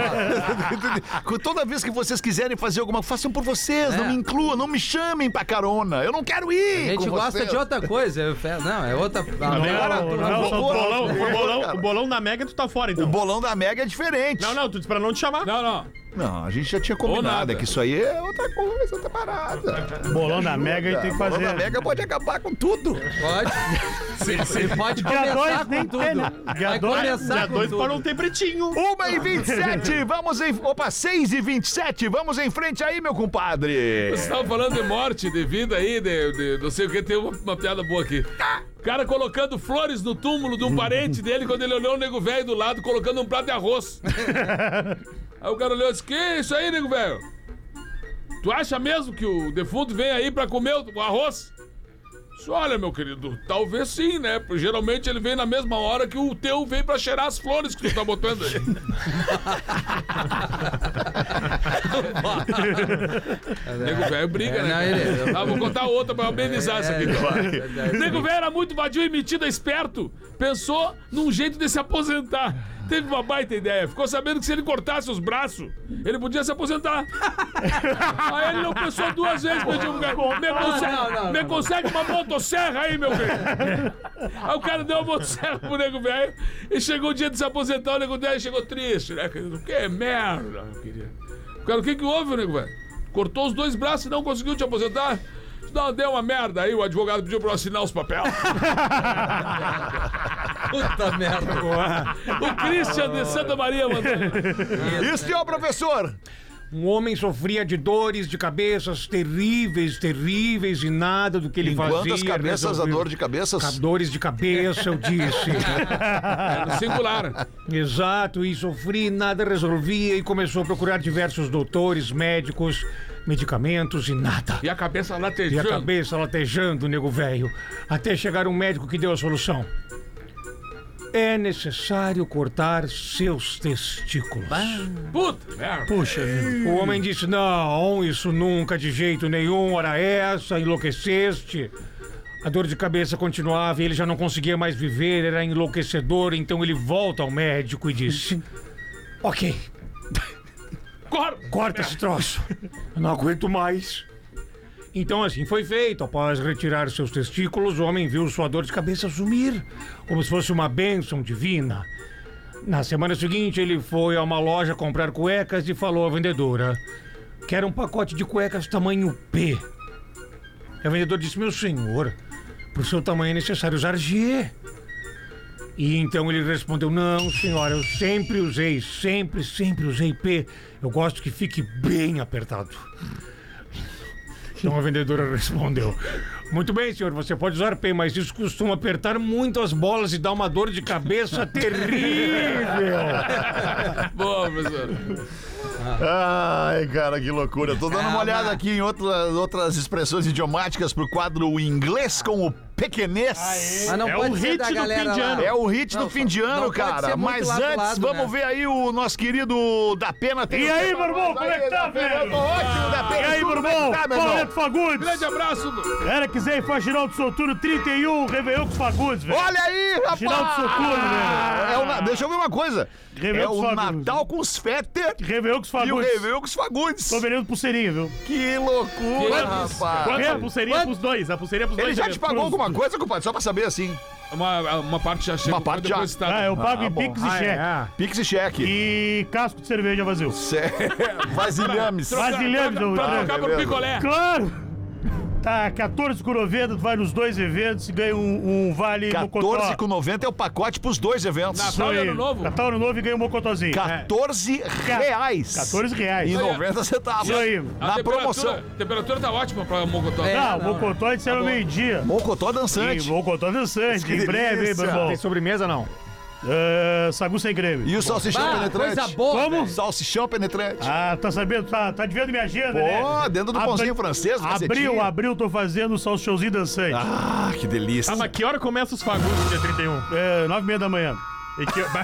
I: gosto.
C: Toda vez que vocês quiserem fazer alguma coisa, façam por vocês,
E: É.
C: não me incluam, não me chamem pra carona. Eu não quero ir.
E: A gente
C: com
E: gosta
C: vocês.
E: de outra coisa. eu fe- Não, é outra.
G: Não, não,
F: O
G: são
F: bolão,
G: todos.
F: o, bolão, o bolão da Mega tu tá fora,
C: O
F: então.
C: bolão da Mega é diferente.
F: Não, não, tu disse pra não te chamar.
D: Não, não.
C: Não, a gente já tinha
D: Ou
C: combinado,
D: nada.
C: é que isso aí é outra coisa, outra parada.
G: Bolão da Mega a gente tem que
C: O bolão da
G: fazer.
C: Mega pode acabar com tudo.
E: Pode. Ele pode
G: Dia
E: começar
G: dois
E: com
G: nem
E: tudo.
G: tem, né? Dia
E: Vai
G: dois-
E: começar
F: Dia
E: com
F: dois
E: tudo.
F: para não ter pretinho.
C: uma e vinte e sete, vamos em... Opa, seis e vinte e sete, vamos em frente aí, meu compadre.
D: Você tava falando de morte, de vida aí, de, de não sei o que, tem uma, uma piada boa aqui. O cara colocando flores no túmulo de um parente dele quando ele olhou o nego velho do lado colocando um prato de arroz. Aí o cara olhou e disse: Que isso aí, nego velho? Tu acha mesmo que o defunto vem aí pra comer o o arroz? Disse, olha, meu querido, talvez sim, né? Porque geralmente ele vem na mesma hora que o teu vem pra cheirar as flores que tu tá botando aí. Nego velho briga,
E: É,
D: né?
E: não, ele-
D: Ah, vou contar outra pra amenizar essa aqui.
E: É,
D: Nego velho era muito vadio e metido, esperto. Pensou num jeito de se aposentar. Teve uma baita ideia. Ficou sabendo que se ele cortasse os braços, ele podia se aposentar. Aí ele não pensou duas vezes, pediu um cara. Me, consegue,
E: não, não,
D: me
E: não.
D: consegue uma motosserra aí, meu filho? Aí o cara deu uma motosserra pro nego velho e chegou o dia de se aposentar. O nego velho chegou triste, né? querido? Que merda, meu querido. O cara, o que que houve, nego velho? Cortou os dois braços e não conseguiu te aposentar? Não, deu uma merda aí, o advogado pediu pra eu assinar os papéis.
E: Puta merda.
D: O Christian de Santa Maria mandou.
C: E o senhor, professor?
I: Um homem sofria de dores de cabeças terríveis, terríveis, e nada do que ele
C: Em
I: fazia.
C: quantas cabeças a
I: resolveu.
C: dor de cabeças?
I: Ca- Dores de cabeça, eu disse.
D: É no singular.
I: Exato, e sofria e nada resolvia, e começou a procurar diversos doutores, médicos, medicamentos e nada.
D: E a cabeça
I: E a
D: latejando.
I: cabeça latejando, nego velho, até chegar um médico que deu a solução. É necessário cortar seus testículos.
D: Puta merda.
G: Puxa, vida.
I: O homem disse: não, isso nunca, de jeito nenhum, ora essa, enlouqueceste. A dor de cabeça continuava e ele já não conseguia mais viver, era enlouquecedor, então ele volta ao médico e disse: ok,
D: Corta.
I: corta esse troço, eu não aguento mais. Então assim foi feito. Após retirar seus testículos, o homem viu sua dor de cabeça sumir, como se fosse uma bênção divina. Na semana seguinte, ele foi a uma loja comprar cuecas e falou à vendedora: quero um pacote de cuecas tamanho P. E a vendedora disse: meu senhor, pro seu tamanho é necessário usar G. E então ele respondeu: não, senhora, eu sempre usei, sempre, sempre usei P. Eu gosto que fique bem apertado. Então a vendedora respondeu: muito bem, senhor, você pode usar P, mas isso costuma apertar muito as bolas e dar uma dor de cabeça terrível.
D: Boa, professor.
C: Ai, cara, que loucura. Tô dando uma olhada aqui em outras, outras expressões idiomáticas pro quadro Inglês com o Pequenês.
E: Mas não
F: É
E: pode
F: o
E: ser
F: hit
E: da
F: do
E: galera
F: fim de
E: lá.
F: ano.
C: É o hit
E: Não,
C: do fim de ano,
E: não pode
C: cara.
E: ser muito
C: Mas
E: lado a
C: antes,
E: lado,
C: vamos
E: né?
C: ver aí o nosso querido da Pena. Tem
G: E
C: o-
G: aí, meu irmão, como é que tá, velho?
C: Ótimo, da Pena.
G: E aí, meu
C: Tudo bem
G: irmão?
C: que tá, meu irmão?
G: Pauleto Fagundes.
D: Grande abraço.
G: Galera, quiser ir pra Giraldo Soturno trinta e um, Réveillon com os Fagundes, velho.
C: Olha aí, rapaz!
G: Giraldo Soturno, velho.
C: É o na- Deixa eu ver uma coisa.
G: Réveillon
C: É
G: com os
C: o
G: Fagundes.
C: Natal com os Fetter
G: Réveillon com os
C: e o
G: Fagundes.
C: Réveillon com os Fagundes.
G: Tô vendendo pulseirinha, viu?
C: Que loucura,
D: Que isso?
C: rapaz.
F: Quanto a pulseirinha
E: Quanto?
F: pros dois? A pulseirinha pros
C: Ele
F: dois.
C: já
F: né?
C: te pagou alguma coisa, compadre? Só pra saber assim.
D: Uma, uma parte já chegou.
C: Uma parte já.
D: depositada.
G: Ah, eu pago
C: Ah,
G: em
C: bom.
G: Pix e
F: Ah,
G: cheque.
F: é.
C: Pix e cheque.
G: E casco de cerveja vazio.
C: Cé- Vasilhames.
G: Vasilhames, eu
D: Pra
G: vou
D: trocar por
C: beleza.
D: picolé.
G: Claro! Tá, quatorze com noventa, tu vai nos dois eventos e ganha um, um vale
C: quatorze com noventa é o pacote pros dois eventos.
D: Natal e Ano Novo.
G: Natal Ano Novo e ganha um mocotozinho.
C: quatorze reais.
G: quatorze reais.
C: E noventa centavos.
G: Isso aí.
D: A
C: Na
D: temperatura-
C: promoção.
D: A temperatura tá ótima pra Mocotó.
E: É.
G: Não, o
E: não,
G: mocotó é de ser no meio-dia.
C: Mocotó
G: E
C: dançante.
G: mocotó dançante,
C: Que
G: em breve, hein,
C: delícia.
G: meu irmão?
F: Tem sobremesa não?
G: Uh, sagu sem creme.
C: E o salsichão
E: Bah,
C: penetrante.
E: coisa boa.
G: Como?
E: velho.
C: Salsichão penetrante.
G: Ah, tá sabendo? Tá, tá devendo minha agenda, né?
C: Pô, dentro do
G: Abri-
C: pãozinho francês, cacetinho.
G: Abril, abril, tô fazendo o salsichãozinho dançante.
C: Ah, que delícia.
F: Ah, mas que hora começa os Fagundes dia trinta e um?
G: É, nove e meia da manhã.
F: E que...
G: Nove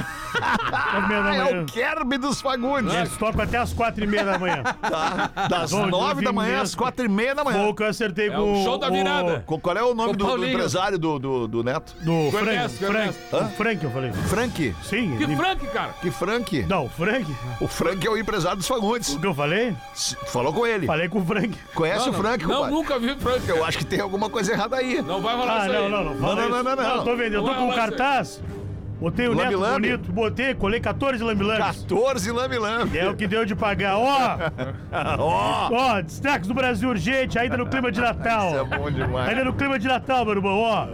G: e meia da
C: Ah, é
G: manhã.
C: o Kerb dos Fagundes.
G: Eles tocam até as quatro e meia da manhã.
C: Tá. Das
G: Bom,
C: nove da
G: vim
C: manhã
G: mesmo.
C: às quatro e meia da
G: Foi
C: manhã.
G: o que eu acertei
D: É
G: com
D: o show da virada.
C: Co- Qual é o nome
E: Com
C: do, do
E: Paulinho.
C: empresário do, do, do Neto?
G: Do
D: Com
G: Frank.
D: Ernesto, com
G: Frank.
D: Ernesto.
G: O Frank, eu falei.
C: Frank.
G: Sim.
D: Que
G: ele-
D: Frank, cara.
C: Que Frank?
G: Não, o Frank.
C: O Frank é o empresário dos Fagundes.
G: O que eu falei?
C: S- Falou com ele.
G: Falei com o Frank.
C: Conhece
D: Não,
C: o Frank,
D: Não,
C: compadre?
D: nunca vi Frank.
C: Eu acho que tem alguma coisa errada aí.
D: Não vai rolar
G: Ah,
D: isso
G: não,
D: aí.
G: não, não. fala
C: Não, não,
G: isso.
C: não, não, não.
G: tô vendendo. Eu tô
D: Não
G: com um
D: vai rolar isso
G: cartaz. Botei o
C: Lambe,
G: neto
C: lambe.
G: bonito. Botei, colei quatorze lambilames.
C: quatorze lambe-lambe.
G: É o que deu de pagar. Ó,
C: Ó,
G: ó, destaques do Brasil urgente, ainda no clima de Natal.
C: isso é bom demais.
G: Ainda no clima de Natal, meu irmão, ó.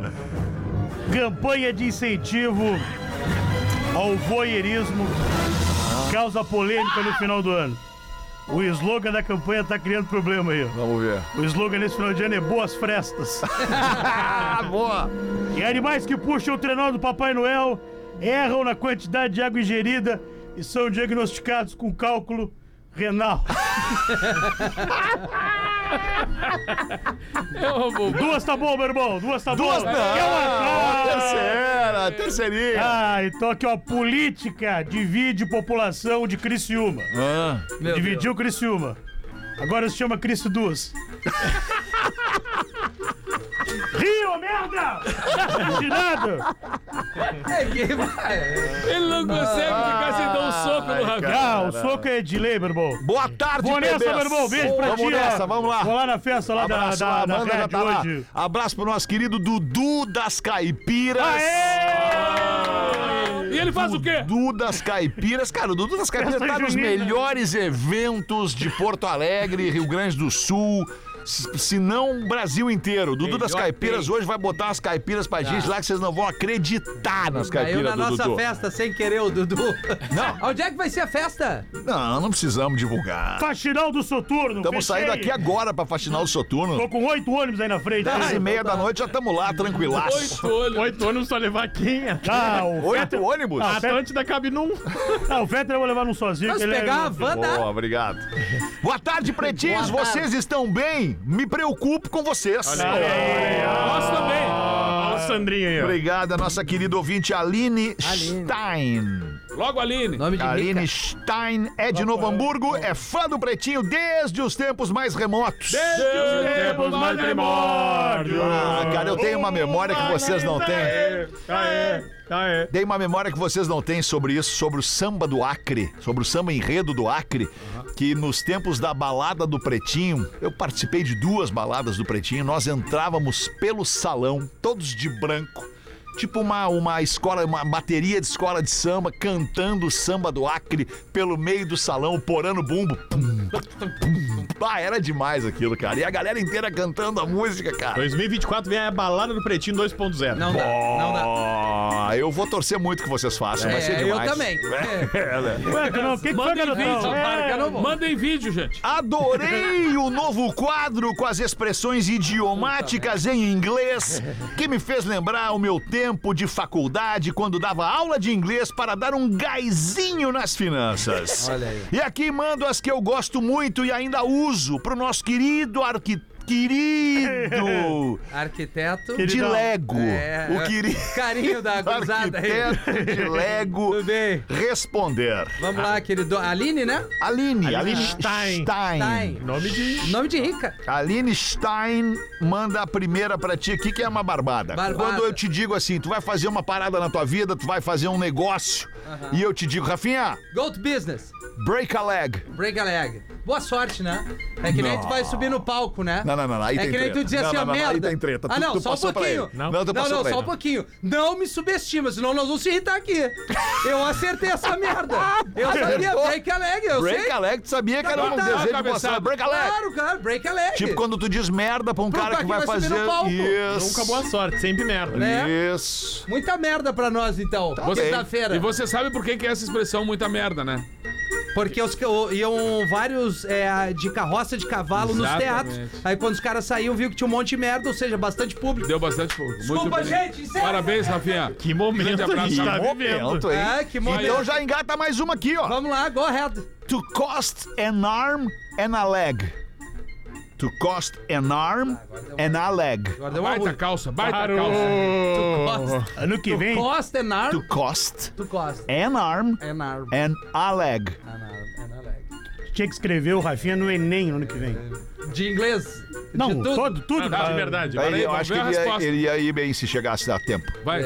G: Campanha de incentivo ao voyeurismo causa polêmica no final do ano. O slogan da campanha tá criando problema aí, ó.
C: Vamos ver.
G: O slogan nesse final de ano é Boas Frestas.
C: Ah, boa.
G: E animais que puxam o trenó do Papai Noel erram na quantidade de água ingerida e são diagnosticados com cálculo renal.
D: Eu vou-
G: Duas tá bom, meu irmão. Duas tá
C: Duas
G: bom.
C: não.
G: Quer uma?
C: Terceira, terceirinha.
G: Ah, então aqui, ó. Política divide população de Criciúma.
C: Ah.
E: Meu
G: Dividiu Criciúma. Agora se chama Cristo Duas. Rio, merda! De nada!
E: É que vai.
D: Ele não consegue ficar sem dar um soco no Rafinha.
G: Ah, o soco é de lei, meu irmão.
C: Boa tarde,
G: Vou nessa,
C: bebês.
G: meu irmão. Beijo pra
C: Vamos
G: ti,
C: nessa,
G: ó.
C: vamos lá.
G: Vou lá na festa lá da,
C: Abraço,
G: da,
C: a
G: da
C: Amanda já
G: rádio
C: tá lá.
G: hoje.
C: Abraço pro nosso querido Dudu das Caipiras.
D: E ele faz o quê?
C: Dudu das Caipiras. Cara, o Dudu das Caipiras
G: Festa
C: tá nos
G: junina.
C: melhores eventos de Porto Alegre, Rio Grande do Sul. Se se não, Brasil inteiro. O Dudu das
E: Melhor
C: Caipiras
E: tem.
C: hoje vai botar umas caipiras pra gente lá que vocês não vão acreditar nas
E: Caiu
C: caipiras
E: na
C: do
E: nossa
C: Dudu.
E: festa sem querer, o Dudu.
C: Não.
E: Onde é que vai ser a festa?
C: Não, não precisamos divulgar.
G: Faxinal do Soturno.
C: Estamos
G: fechei.
C: saindo aqui agora pra faxinar o Soturno.
G: Tô com oito ônibus aí na frente.
C: Dez e
G: Aí.
C: meia da noite já estamos lá, tranquilaço.
D: Oito olhos.
F: Oito ônibus só levar quem?
G: Ah, o
C: Oito
G: Fetter...
C: ônibus?
G: Ah,
F: A Atlântida cabe num.
G: Ah, o Fetter eu vou levar num sozinho.
E: Vamos
G: que ele é-
E: pegar a van da...
C: Boa, obrigado. Boa tarde, pretinhos.
E: Boa tarde.
C: Vocês estão bem? Me preocupo com vocês.
D: Nós também.
F: Olha o Sandrinho aí, ó.
C: Obrigado, a nossa querida ouvinte Aline,
E: Aline.
C: Stein.
D: Logo, Aline.
E: Nome de
C: Aline
E: rica.
C: Stein é de Novo Hamburgo, é fã do Pretinho desde os tempos mais remotos.
G: Tempos mais primórdios.
C: Ah, cara, eu tenho uma memória que vocês não têm.
F: Ah, é. Ah, é.
C: Tem uma memória que vocês não têm sobre isso, sobre o samba do Acre, sobre o samba enredo do Acre, que nos tempos da balada do Pretinho, eu participei de duas baladas do Pretinho, nós entrávamos pelo salão, todos de branco, tipo uma, uma escola, uma bateria de escola de samba, cantando o samba do Acre pelo meio do salão, porando bumbo. Pum, Bah, era demais aquilo, cara. E a galera inteira cantando a música, cara.
F: dois mil e vinte e quatro vem a balada do Pretinho dois ponto zero.
E: Não dá, não dá.
C: Ó, eu vou torcer muito que vocês façam, vai ser
E: É, eu
C: demais.
E: também.
C: É, né?
G: Ué, Carol, o que que foi,
D: Mandem vídeo.
G: Carol?
E: Para que eu não vou.
D: Mandem vídeo, gente.
C: Adorei o novo quadro com as expressões idiomáticas em inglês, que me fez lembrar o meu tempo de faculdade, quando dava aula de inglês para dar um gásinho nas finanças.
E: Olha aí.
C: E aqui mando as que eu gosto muito e ainda uso pro nosso querido arquiteto. Querido
E: Arquiteto.
C: de
G: Queridão.
C: Lego.
E: É,
C: o querido
E: carinho da cruzada aí.
C: arquiteto de Lego
E: Tudo bem.
C: responder.
E: Vamos lá, querido. Aline, né?
C: Aline,
F: Aline
C: Aline
F: Stein.
C: Stein.
E: Stein.
F: Nome de...
E: Nome de rica.
C: Aline Stein manda a primeira pra ti aqui, que é uma barbada.
E: Barbada.
C: Quando eu te digo assim, tu vai fazer uma parada na tua vida, tu vai fazer um negócio, e eu te digo, Rafinha,
E: Go to business.
C: break a leg.
E: Break a leg. Boa sorte, né? É que nem
C: Não.
E: tu vai subir no palco, né?
C: Não, não, não, aí
E: é
C: tem
E: que nem
C: treta.
E: tu dizer
C: Não,
E: assim,
C: não,
E: ó,
C: não, aí
E: merda.
C: tem treta.
E: Ah,
C: Tu-
E: não,
C: tu
E: só um
C: passou pra
E: pouquinho.
C: ele.
F: Não.
C: Não, tu
E: não,
C: passou
E: não,
C: pra
E: só um
C: ele.
E: pouquinho. Não me subestima, senão nós vamos se irritar aqui. Eu acertei essa merda. Eu sabia,
C: Acertou.
E: break a leg, eu
C: Break
E: sei.
C: a leg, tu sabia que era um
E: Tá, tá,
C: desejo de
D: cabeçada.
C: você. Break a leg.
E: Claro, cara, break a leg.
C: Tipo quando tu diz merda pra um
E: Pro
C: cara que
E: cara
C: vai
E: que vai subir
C: fazer...
E: no palco.
C: Isso.
F: Nunca boa sorte, sempre merda.
E: Né?
C: Isso.
E: Muita merda pra nós, então.
C: ok.
E: Sexta-feira.
D: E você sabe por que, que é essa expressão muita merda, né?
E: Porque os, que- o- iam vários é, de carroça de cavalo nos
D: Exatamente.
E: teatros. Aí quando os caras saíam, viu que tinha um monte de merda, ou seja, bastante público.
D: Deu bastante fogo.
E: Desculpa,
D: Muito bem.
E: gente, encerra.
D: Parabéns, Rafinha.
F: Que momento
D: Grande
F: a
D: abraço.
F: gente tá
C: Que
F: vivendo.
C: momento, hein?
E: É, que momento.
C: Então já engata mais uma aqui, ó.
E: Vamos lá, go ahead.
C: To cost an arm and a leg. To cost an arm and a leg.
E: Agora deu uma
D: Baita
E: ruim.
D: calça, baita
F: Parou.
D: calça.
G: Ano que vem,
E: Costa and arm.
C: To cost
E: Tu costa.
C: an arm
E: And arm.
C: and a leg.
E: And arm. And a leg.
G: tinha que escrever o Rafinha no Enem no ano que vem.
E: De inglês?
G: Não,
E: de tudo?
G: todo, tudo.
F: Não, de
G: cara.
F: verdade.
C: Aí
D: Agora aí,
C: eu
D: vamos
C: acho que
D: ver a
C: ele ia,
D: resposta.
C: ele ia ir bem se chegasse a tempo.
D: Vai.
E: É.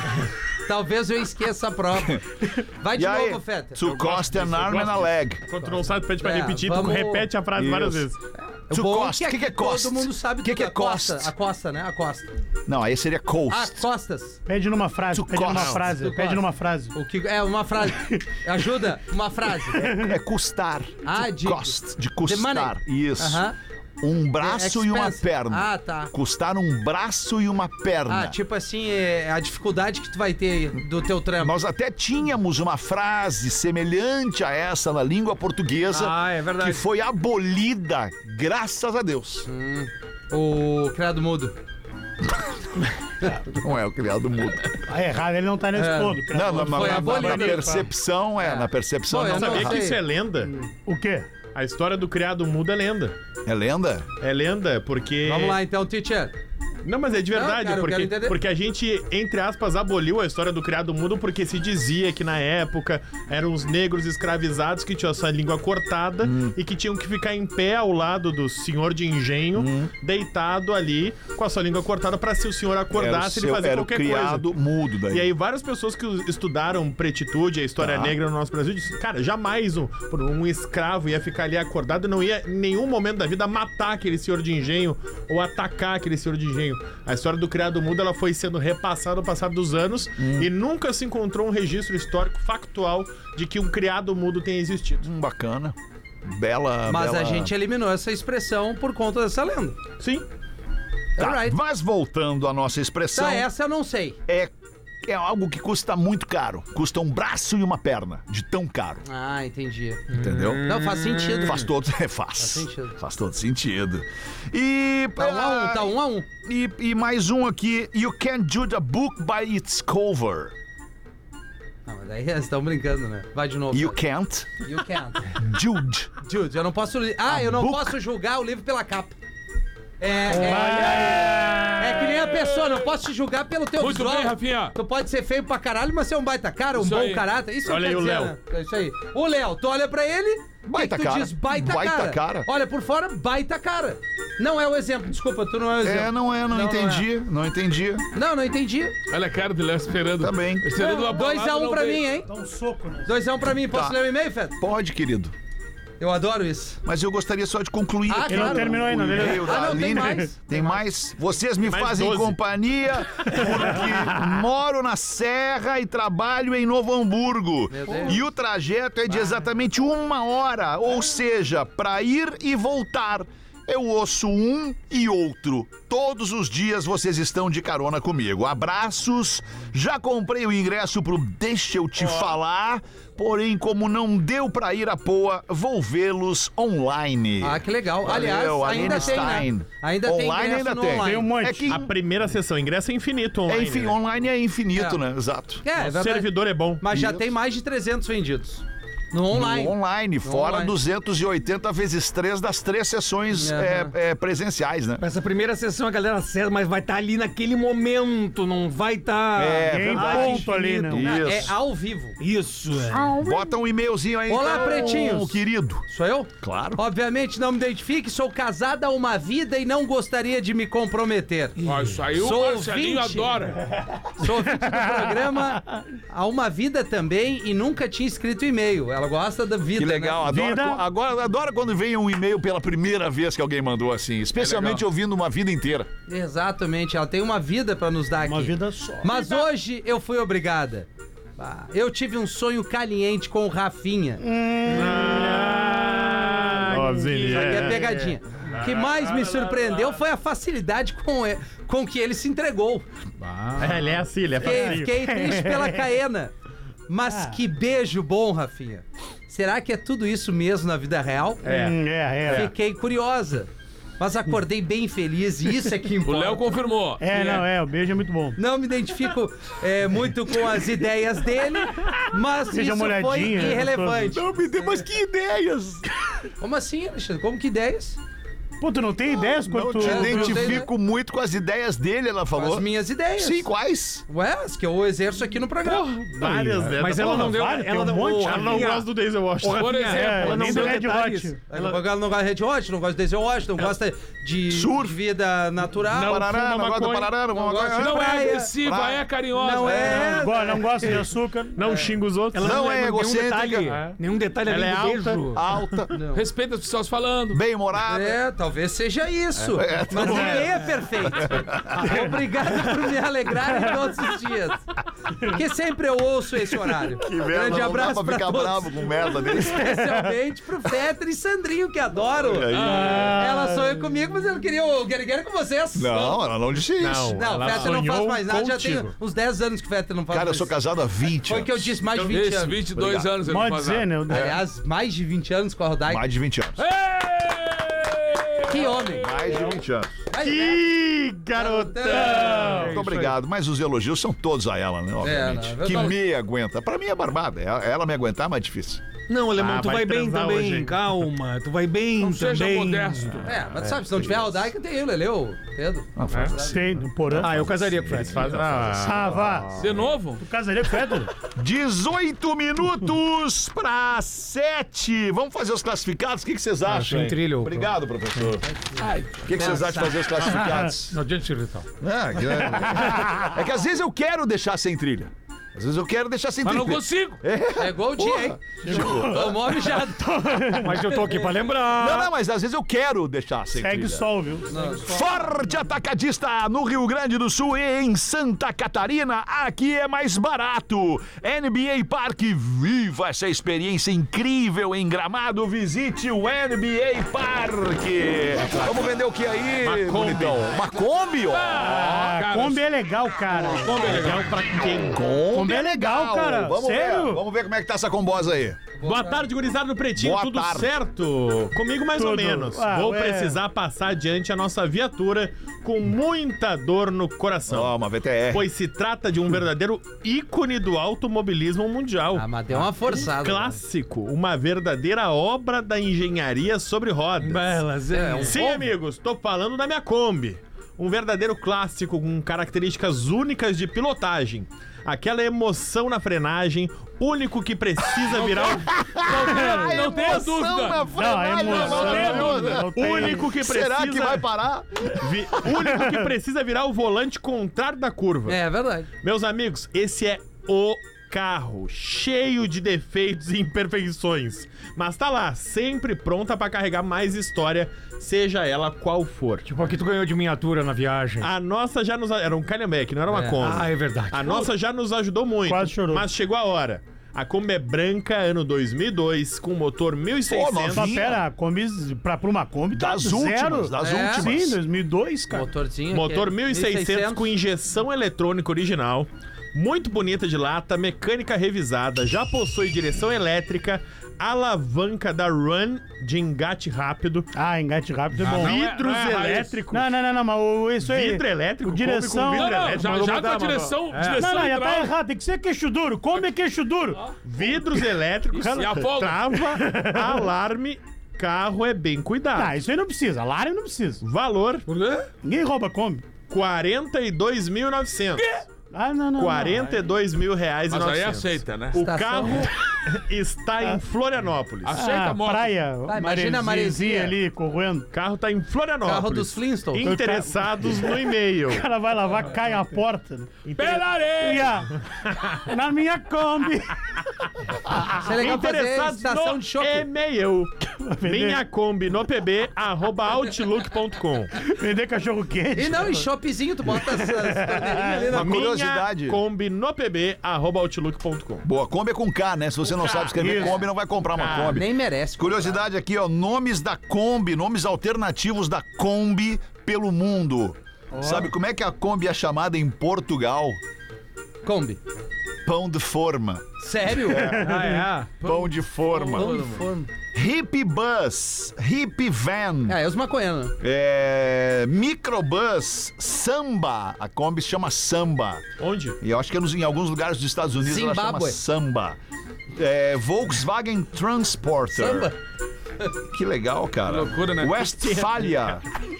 E: Talvez eu esqueça a prova. Vai de
C: E aí,
E: novo, Feta.
C: to cost an arm and a leg.
F: Quando tu não sabe, pede pra
E: É,
F: repetir,
E: vamos-
F: tu repete a frase várias
C: Isso.
F: vezes.
E: O
C: To
E: bom
C: cost.
E: é
C: O que que é
E: aqui
C: cost?
E: Todo mundo sabe
C: O que
E: tudo.
C: que é
E: A costa,
C: cost?
E: A costa, né? A costa.
C: Não, aí seria
E: Ah,
C: coast.
E: costas.
G: Pede numa frase,
C: To
G: pede numa
C: cost.
G: frase,
E: To
G: pede
E: cost.
G: numa frase.
E: O que é uma frase? Ajuda, uma frase.
C: É custar.
E: Ah,
C: To
E: de-
C: cost. De
E: The
C: custar.
E: money.
C: Isso.
E: Aham.
C: Um braço e uma
E: Expense.
C: perna.
E: Ah, tá.
C: Custar um braço e uma perna.
E: Ah, tipo assim, é a dificuldade que tu vai ter do teu trampo.
C: Nós até tínhamos uma frase semelhante a essa na língua portuguesa
E: Ah, é verdade.
C: que foi abolida, graças a Deus.
E: O criado mudo.
C: Não é o criado mudo.
G: Ah, errado, ele não tá nesse
E: É.
G: ponto. cara.
C: Não, na, na-
E: Foi
C: na-
E: abolido.
C: na percepção, é,
E: É.
C: na percepção
E: Bom, eu
C: não,
E: não
F: Sabia
C: tá
F: que
E: sei.
F: isso é lenda?
G: O quê?
F: A história do criado mudo é lenda.
C: É lenda?
F: É lenda porque...
E: Vamos lá então, teacher.
F: Não, mas é de verdade,
E: Não, cara, eu quero
F: porque,
E: entender.
F: porque a gente, entre aspas, aboliu a história do criado mudo porque se dizia que na época eram os negros escravizados que tinham a sua língua cortada
C: Hum.
F: e que tinham que ficar em pé ao lado do senhor de engenho,
C: Hum.
F: deitado ali com a sua língua cortada pra se o senhor acordasse
C: Era o
F: ele fazer
C: era o
F: qualquer coisa.
C: criado mudo daí.
F: E aí várias pessoas que estudaram pretitude, a história
C: Tá.
F: negra no nosso Brasil, disseram, cara, jamais um, um escravo ia ficar ali acordado e não ia em nenhum momento da vida matar aquele senhor de engenho ou atacar aquele senhor de engenho. A história do criado mudo, ela foi sendo repassada ao passar dos anos
C: Hum.
F: e nunca se encontrou um registro histórico factual de que um criado mudo tenha existido.
C: Hum, bacana. Bela.
E: Mas
C: bela...
E: a gente eliminou essa expressão por conta dessa lenda.
F: Sim.
C: Tá,
E: Alright.
C: mas voltando à nossa expressão,
E: Tá, essa eu não sei.
C: é, é algo que custa muito caro. Custa um braço e uma perna, de tão caro.
E: Ah, entendi.
C: Entendeu?
E: Não, faz sentido.
C: Faz todo, é, faz.
E: sentido.
C: Faz todo sentido. E.
E: Tá um a um,
C: ah,
E: tá um a um.
C: E, e mais um aqui. You can't judge a book by its cover.
E: Não, mas daí eles estão brincando, né? Vai de novo.
C: You
E: Fred.
C: can't
E: You can't.
C: judge.
E: Dude, eu não posso... li- Ah,
C: A
E: eu não
C: book-
E: posso julgar o livro pela capa. É, é, é que nem a pessoa, não posso te julgar pelo teu
D: Muito
E: visual.
D: bem, Rafinha.
E: Tu pode ser feio pra caralho, mas ser um baita cara, um
D: Isso
E: bom
D: aí.
E: caráter. Isso
F: Olha
E: quer
F: aí o
E: dizer,
F: Léo.
E: né? É isso aí. O Léo, tu olha pra ele,
C: Baita
E: e tu
C: cara.
E: diz baita,
C: Baita
E: cara.
C: cara.
E: Olha por fora, baita cara. Não é o exemplo, desculpa, tu não é o exemplo.
C: É, não é, não,
E: Não, não
C: entendi. Não, entendi.
E: Não, não entendi.
D: Olha a cara do Léo esperando.
C: Tá bem.
D: Esperando uma
E: dois a
D: bolada,
E: um
D: não
E: pra
D: veio.
E: mim, hein?
G: Dá um soco, né?
E: dois a um pra mim. Posso
C: Tá.
E: ler o e-mail, Fed?
C: Pode, querido.
E: Eu adoro isso.
C: Mas eu gostaria só de concluir
E: Ah,
C: aqui.
G: Ele não terminou ainda,
C: o
G: né?
C: e-mail da
E: Ah, não, tem
C: Aline.
E: mais.
C: Tem mais. Vocês me
F: Mais
C: fazem
F: doze.
C: companhia porque moro na Serra e trabalho em Novo Hamburgo.
E: Meu Deus.
C: E o trajeto é de exatamente uma hora. Ou seja, pra ir e voltar. Eu ouço um e outro. Todos os dias vocês estão de carona comigo. Abraços. Já comprei o ingresso pro Deixa Eu Te Falar. Porém, como não deu pra ir à Poa, vou vê-los online.
E: Ah, que legal.
C: Valeu,
E: Aliás, ainda
C: Aline
E: tem, né?
C: Stein.
E: Ainda tem
C: Online
E: ingresso
C: ainda
E: no
C: tem.
E: online.
G: Tem um monte.
C: É que
F: A primeira sessão, ingresso é infinito
C: é
F: online.
C: infin-
F: né?
C: online é infinito,
E: É.
C: né? Exato.
E: É, é
F: O
E: verdade.
F: servidor é bom.
E: Mas já
C: Isso.
E: tem mais de trezentos vendidos. No online.
C: No online, fora
E: online.
C: duzentos e oitenta vezes três das três sessões
E: Aham.
C: é, é, presenciais, né?
I: Essa primeira sessão a galera cede, mas vai estar ali naquele momento, não vai estar.
C: É,
G: Tem
C: verdade.
G: ponto ali, né?
C: Isso.
E: É ao vivo.
I: Isso, é.
C: Bota um e-mailzinho aí,
E: Olá,
C: então,
E: pretinhos.
C: querido.
E: Sou eu?
C: Claro.
E: Obviamente não me identifique, sou casada há uma vida e não gostaria de me comprometer.
D: Ó, isso aí o
E: Sou
D: Marcelinho
E: ouvinte.
D: adora.
E: Sou ouvinte do programa há uma vida também e nunca tinha escrito e-mail. Ela gosta da vida.
C: Que legal,
E: né?
C: adoro,
G: Vida.
C: agora, adoro quando vem um e-mail pela primeira vez que alguém mandou assim, especialmente ouvindo uma vida inteira.
E: Exatamente, ela tem uma vida pra nos dar aqui.
G: Uma vida só.
E: Mas hoje eu fui obrigada. Ah, Eu tive um sonho caliente com o Rafinha.
F: Ó, Zini,
E: Isso aqui é
F: é.
E: pegadinha. O que mais me surpreendeu foi a facilidade com, e- com que ele se entregou.
F: É, ele é assim, ele é
E: Fiquei,
F: facinho.
E: fiquei triste pela Caena. Mas
G: Ah.
E: que beijo bom, Rafinha. Será que é tudo isso mesmo na vida real?
F: É.
G: Hum, é, é.
E: Fiquei curiosa. Mas acordei bem feliz e isso é que
D: O
E: importa.
D: Léo confirmou.
G: É, não, é, o beijo é muito bom.
E: Não me identifico é, muito com as ideias dele, mas
G: Seja
E: isso foi
G: molhadinha,
E: irrelevante.
C: Não me dê, mas que ideias!
E: Como assim, Alexandre? Como que ideias?
G: Pô, tu não tem ideias
C: Não
G: quando
C: te
G: tu...
E: eu
C: identifico muito com as ideias dele, ela falou.
E: As minhas ideias.
C: Sim, quais?
E: Ué, as que eu exerço aqui no programa.
F: Várias delas.
I: Mas ela
F: Porra,
I: não deu.
G: vários, tem
I: Ela
G: um
I: não,
G: monte.
I: o
F: Ela não
I: Rafinha-
F: gosta do Denzel Washington.
D: Por exemplo,
G: É,
I: ela não
G: nem
I: deu
G: do Red
I: detalhes.
G: Hot.
E: Ela não gosta de Red Hot, não gosta de Denzel Washington, não gosta de
C: Surf.
E: de vida natural.
F: Não
C: Parará,
F: fuma
C: não gosta do
F: maconha.
C: parará, não
E: Não
C: gosta
E: gosta-
D: Não é
E: praia.
D: agressiva,
C: Praia.
D: é carinhosa.
E: Não é.
G: Go- Não gosta de açúcar.
F: Não xinga os outros.
I: Ela
C: Não
I: não,
C: é
I: é nenhum
C: egocêntrica.
I: detalhe.
F: É.
I: Nenhum detalhe
F: Ela
I: além
F: é
I: do
F: alta.
I: beijo.
C: Alta,
E: Não.
D: Respeita as pessoas falando.
C: bem-humorada.
E: É, talvez seja isso.
C: É, tá
E: mas
C: bom.
E: ninguém é perfeito. Obrigado por me alegrarem todos os dias. Porque sempre eu ouço esse horário.
C: Que merda,
E: Grande
C: não dá
E: abraço
C: pra
E: pra
C: ficar
E: todos.
C: bravo com merda dele.
E: Especialmente pro Fetter e Sandrinho, que adoro.
C: aí?
E: Ela sonhou comigo, mas eu não queria o Quero Quero com vocês.
C: Não, ela não disse isso.
F: Não.
E: Não, o
F: Ela
E: Fetter não faz
F: sonhou
E: mais nada. Já
F: contigo.
E: tem uns dez anos que o Fetter não faz
C: Cara, eu
E: mais.
C: sou casado há vinte
E: Foi o
C: anos.
E: que eu disse, mais de vinte
D: Esses
E: anos.
D: vinte e dois
C: Obrigado.
D: anos ele
G: Pode
D: faz
G: dizer,
D: nada.
G: né?
E: Aliás, mais de vinte anos com a Rodaica.
C: Mais de vinte anos.
E: Que homem.
C: Mais de vinte anos.
E: Mas-
F: Ih, garotão!
C: Muito obrigado, mas os elogios são todos a ela, né? Obviamente.
E: não, é
C: que
E: verdade.
C: me aguenta. Pra mim é barbada. Ela ela me aguentar é mais difícil.
I: Não, Alemão,
F: Ah,
I: tu
F: vai
I: vai bem
F: transar
I: também,
F: hoje.
I: calma. Tu vai bem
D: Não seja
I: também.
D: modesto.
E: É, mas sabe, se não tiver a Rodaica, tem eu, Leleu, Pedro.
G: Sei, no Porã.
I: Ah, eu casaria com o
F: Eles
I: Fred.
F: fazem. Ah,
G: Ah, vá.
D: De novo?
G: Tu casaria com o Fetter?
C: dezoito minutos pra sete. Vamos fazer os classificados? O que, que vocês acham?
I: sem
C: hein?
I: trilha, ô.
C: Obrigado, professor. O que, que vocês acham de fazer os classificados?
I: Não adianta tirar tal.
C: Ah, que- é que às vezes eu quero deixar sem trilha. Às vezes eu quero deixar sem
D: Mas não
C: trilha.
D: consigo.
E: É igual o dia, hein? Tomou a mijada.
I: Mas eu tô aqui pra lembrar.
C: Não, não, mas às vezes eu quero deixar sem
G: Segue
C: trilha.
G: sol, viu?
C: Forte Atacadista no Rio Grande do Sul e em Santa Catarina, aqui é mais barato. N B A Parque, viva essa experiência incrível em Gramado, visite o N B A Parque. Vamos vender o que aí, bonitão? Uma Kombi, ó.
G: Ah,
D: Cara,
G: Kombi é legal, cara.
D: Kombi é legal.
F: pra quem?
G: Kombi é legal, cara.
C: Vamos
G: Sério?
C: ver, vamos ver como é que tá essa combosa aí.
F: Boa tarde, gurizada do Pretinho,
C: Boa
F: tudo
C: tarde.
F: certo? Comigo mais ou
G: Tudo.
F: menos.
G: Ah,
F: Vou
G: ué.
F: precisar passar adiante a nossa viatura com muita dor no coração.
C: Ó, uma V T R.
F: Pois se trata de um verdadeiro ícone do automobilismo mundial.
E: Ah, mas deu uma forçada.
F: Clássico, uma verdadeira obra da engenharia sobre rodas.
I: Belas, é.
E: um
F: Sim, amigos, tô falando da minha Kombi. Um verdadeiro clássico com características únicas de pilotagem. Aquela emoção na frenagem, único que precisa virar o...
D: Não, não tenha dúvida.
C: Na
G: Não, a emoção.
C: não tenha dúvida.
G: não tem-
F: único que precisa...
C: Será que vai parar?
F: vi- único que precisa virar o volante contrário da curva.
E: É verdade.
F: Meus amigos, esse é o carro cheio de defeitos e imperfeições, mas tá lá, sempre pronta pra carregar mais história, seja ela qual for.
I: Tipo, aqui tu ganhou de miniatura na viagem.
F: A nossa já nos... Era um Calhambeque, não era uma
E: É.
F: Kombi.
I: Ah, é verdade.
F: A nossa já nos ajudou muito.
G: Quase chorou.
F: Mas chegou a hora. A Kombi é branca, ano dois mil e dois, com motor mil e seiscentos.
C: Pô,
G: Mas
C: novinha.
G: pera, a Kombi, pra, pra uma Kombi tá
C: Das
G: zero.
C: últimas, das
E: É.
C: últimas.
G: Sim, dois mil e dois, cara.
E: Motorzinho.
F: Motor
E: aqui,
F: mil e seiscentos com injeção eletrônica original. Muito bonita de lata, mecânica revisada, já possui direção elétrica, alavanca da Run de engate rápido,
G: Ah, engate rápido é bom.
D: não é-
F: vidros
D: não é raiz.
F: elétricos.
G: Não, não, não, não, mas o- isso aí...
F: Vidro elétrico?
G: o direção...
F: Kombi com
D: Não,
F: vidro
D: não,
F: elétrico,
D: já,
F: mandou
D: já com
F: botar,
D: a direção,
F: mandou.
D: direção
G: Não, não, já tá
D: hidráulica.
G: errado, tem que ser queixo duro. Come é queixo duro.
F: Vidros elétricos,
D: E a folga?
F: trava, alarme, carro é bem cuidado.
G: Tá, isso aí não precisa. Alarme não precisa.
F: Valor,
D: Por quê?
G: Ninguém rouba Kombi.
F: quarenta e dois mil e novecentos.
G: Ah, não, não.
F: quarenta e dois mil reais e
D: Mas aí
F: novecentos.
D: aceita, né?
F: O
E: Estação.
F: carro está em Florianópolis.
D: Aceita
G: Ah,
D: a moto.
G: praia,
E: Vai, imagina a maresia.
G: ali correndo.
F: O carro tá em Florianópolis.
E: Carro dos Flintstones.
F: Interessados no e-mail.
G: O cara vai lavar, cai a porta. né?
D: Pela areia!
G: Ia. Na minha Kombi.
E: Isso é legal fazer
F: Interessados
E: estação
F: no
E: de shopping.
F: e-mail.
G: Vender,
F: Minha Kombi no pb arroba outlook ponto com.
G: vender cachorro quente.
E: E não, em shoppingzinho, tu bota essas torneirinhas ali na
C: Uma curiosidade.
F: Minha Kombi no pb arroba outlook ponto com.
C: Boa, Kombi é com K, né? Se você não sabe escrever
G: Isso.
C: Kombi, não vai comprar uma Kombi.
E: Nem merece.
C: Curiosidade aqui, ó. Nomes da Kombi, nomes alternativos da Kombi pelo mundo. Sabe como é que a Kombi é chamada em Portugal?
E: Kombi.
C: Pão de forma.
E: Sério?
I: Ah,
C: Pão de forma.
E: Pão de forno.
C: Hip Bus, Hip Van,
E: É, os maconhanos.
C: é, Microbus, Samba. A Kombi se chama Samba.
F: Onde?
C: E eu acho que é nos- em alguns lugares dos Estados Unidos ela chama
E: Zimbábue.
C: Samba. É, Volkswagen Transporter.
E: Samba.
C: Que legal, cara.
D: Que loucura, né?
C: Westfalia.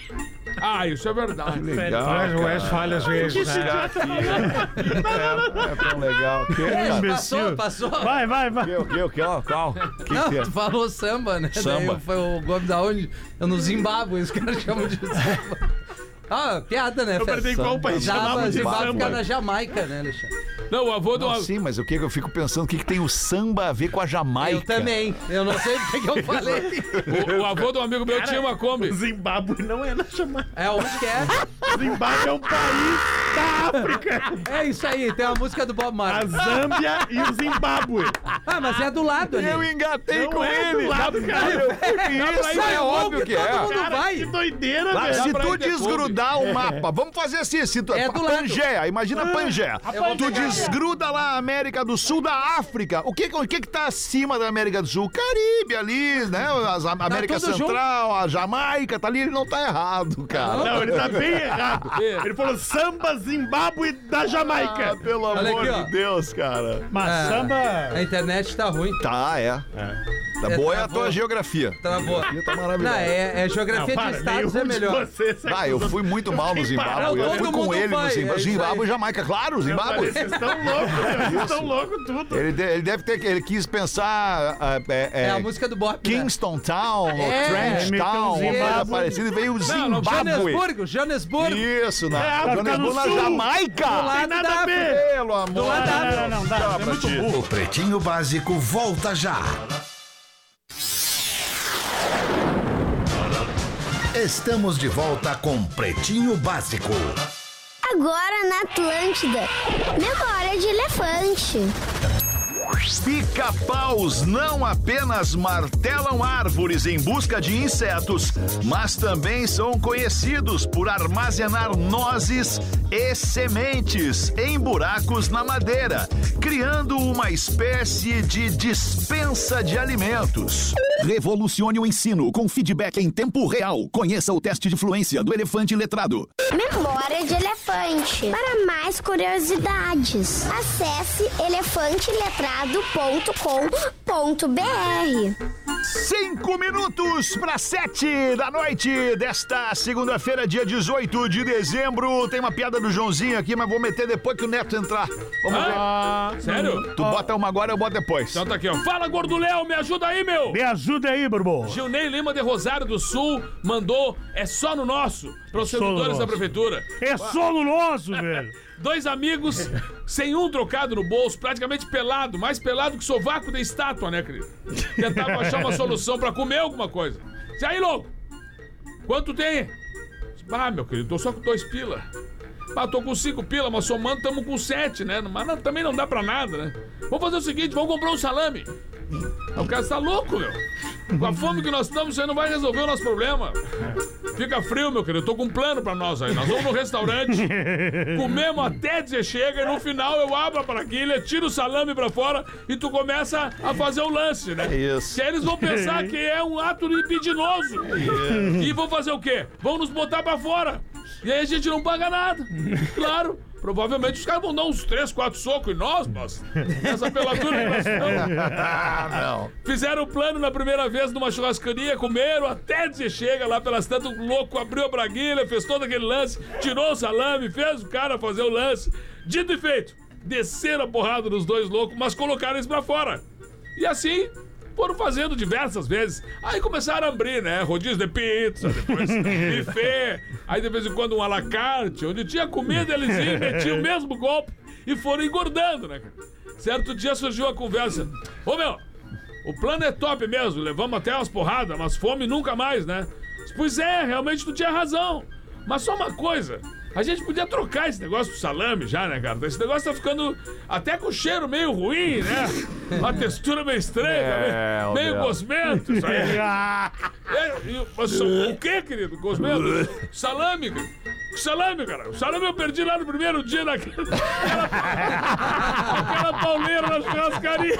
D: Ah, isso é verdade.
C: Legal,
I: Mas o
C: cara.
I: West falha às vezes, né?
C: Tirar aqui. É, é tão legal. Que,
E: É,
C: cara?
E: passou, passou.
G: Vai, vai, vai.
C: Que, o que, o que, ó, qual? Que
E: Não,
C: que é?
E: tu falou samba, né?
C: Samba.
E: Daí foi o Gomes da onde? Eu no Zimbábue, os caras chamam de samba. Ah, piada, né,
F: Eu
E: Fé?
F: perguntei qual país
E: Zaba-
F: chamava de
E: Zimbábue
F: samba.
E: fica na Jamaica, né, Alexandre?
D: Não, o avô do...
C: Não, sim, mas o que eu fico pensando? O que, que tem o samba a ver com a Jamaica?
E: Eu também. Eu não sei o que que eu falei.
D: O, o avô de um amigo meu tinha uma Kombi.
F: Zimbábue não é na chamada.
E: É onde que é?
F: Zimbábue é um país da África.
E: É isso aí, tem a música do Bob
F: A
E: Marley.
F: Zâmbia e o Zimbábue.
E: Ah, mas é do lado ali.
C: Eu engatei
F: Não
C: com
F: é
C: ele.
F: do lado, cara.
C: Isso é óbvio que
E: todo
C: é.
E: mundo
F: Cara,
E: vai.
F: que doideira,
C: Lá,
F: velho.
C: se
D: pra
C: tu
D: ir de
C: desgrudar o mapa, vamos fazer assim, se tu,
E: É do lado.
C: Pangeia, imagina Pangeia.
E: Eu vou
C: Tu
E: pegar.
C: desgruda lá a América do Sul da África. O que, o que que tá acima da América do Sul? Caribe ali, né? As- A América
E: tudo
C: Central, a Jamaica, tá ali, ele não tá errado, cara.
F: Não, ele tá bem errado. Ele falou samba Zimbábue da
C: Ah,
F: Jamaica.
C: pelo
E: Olha
C: amor
E: aqui, ó.
C: de Deus, cara.
G: Mas
E: Ah,
G: samba...
E: A internet tá ruim.
C: Tá, é. Tá
E: É,
C: boa é a
E: travou.
C: tua geografia.
E: Tá boa.
C: Aqui tá
E: Não,
C: maravilhoso.
E: é, é geografia
F: Não,
E: de
F: para,
E: estados é
F: nenhum de
E: melhor.
F: vocês é
C: Ah, eu fui muito mal no
F: Quem
C: Zimbábue.
F: parou,
C: Eu
E: todo
C: fui com
E: mundo
C: ele no
E: vai, é
C: Zimbábue.
E: isso aí.
C: Zimbábue e Jamaica, claro, Zimbábue.
F: Vocês estão loucos, velho. Vocês estão loucos tudo.
C: Ele, de- ele deve ter. Ele quis pensar. ah, é,
E: É
C: é,
E: a música do Bob. né?
C: Kingston Town,
E: É,
C: ou Trench
G: meteu
C: Town,
G: um
C: ou coisa
G: Zimbábue.
C: parecida, e veio o
E: Não,
C: Zimbábue.
E: Joanesburgo, Joanesburgo.
C: Isso, na,
F: É,
C: Joanesburgo, na
F: no sul.
C: Jamaica.
E: Do lado
F: nada
E: da
F: a ver.
E: África.
C: Pelo amor
E: Do lado da
G: Não, não, não, dá.
C: Tchau
G: É
C: pra
G: muito
C: ti.
G: burro.
A: O Pretinho Básico volta já. Estamos de volta com Pretinho Básico.
J: Agora na Atlântida. Memória de elefante.
C: Pica-paus não apenas martelam árvores em busca de insetos, mas também são conhecidos por armazenar nozes e sementes em buracos na madeira, criando uma espécie de dispensa de alimentos.
A: Revolucione o ensino com feedback em tempo real. Conheça o teste de fluência do elefante letrado.
J: Memória de elefante. Para mais curiosidades, acesse elefante letrado ponto com ponto b r.
C: Cinco minutos para sete da noite desta segunda-feira, dia dezoito de dezembro. Tem uma piada do Joãozinho aqui, mas vou meter depois que o Neto entrar. Vamos ver.
D: Ah, sério?
C: Tu bota uma agora, eu boto depois.
D: Então tá aqui, ó. Fala, Gordo Léo, me ajuda aí, meu!
G: Me ajuda aí, Burbo.
D: Gilney Lima de Rosário do Sul mandou, é só no nosso, para os
G: Só no
D: servidores da
G: nosso.
D: prefeitura.
G: É só no nosso, velho.
D: dois amigos, sem um trocado no bolso, praticamente pelado, mais pelado que sovaco de estátua, né, querido? Tentavam achar uma solução pra comer alguma coisa. E aí, louco? Quanto tem? Ah, meu querido, tô só com dois pila. Ah, tô com cinco pila, mas somando tamo com sete, né? Mas não, também não dá pra nada, né? Vamos fazer o seguinte, vamos comprar um salame. O cara tá louco, meu. Com a fome que nós estamos, você não vai resolver o nosso problema. Fica frio, meu querido. Eu tô com um plano pra nós aí. Nós vamos no restaurante, comemos até dizer chega, e no final eu abro a paraquilha, tiro o salame pra fora e tu começa a fazer o lance, né?
C: Isso.
D: Que aí eles vão pensar que é um ato libidinoso. E vão fazer o quê? Vão nos botar pra fora. E aí a gente não paga nada. Claro. Provavelmente os caras vão dar uns três, quatro socos em nós, mas essa pelatura que nós estamos.
C: Ah, não.
D: Fizeram o plano na primeira vez numa churrascaria, comeram até dizer chega lá pelas tantas, o louco abriu a braguilha, fez todo aquele lance, tirou o salame, fez o cara fazer o lance. Dito e feito, desceram a porrada dos dois loucos, mas colocaram eles pra fora. E assim, foram fazendo diversas vezes. Aí começaram a abrir, né? Rodízio de pizza, depois buffet, aí de vez em quando um alacarte, onde tinha comida, eles iam, metiam o mesmo golpe e foram engordando, né, cara? Certo dia surgiu a conversa. Ô, meu, o plano é top mesmo, levamos até umas porradas, mas fome nunca mais, né? Pois é, realmente tu tinha razão. Mas só uma coisa, a gente podia trocar esse negócio do salame já, né, cara? Esse negócio tá ficando até com cheiro meio ruim, né? Uma textura meio estranha,
C: É,
D: meio, meio
C: Deus.
D: gosmento, isso aí. É, e- mas o quê, querido? Gosmento? Salame, cara. Que salame, cara? O salame eu perdi lá no primeiro dia naquela... Aquela pauleira na churrascaria.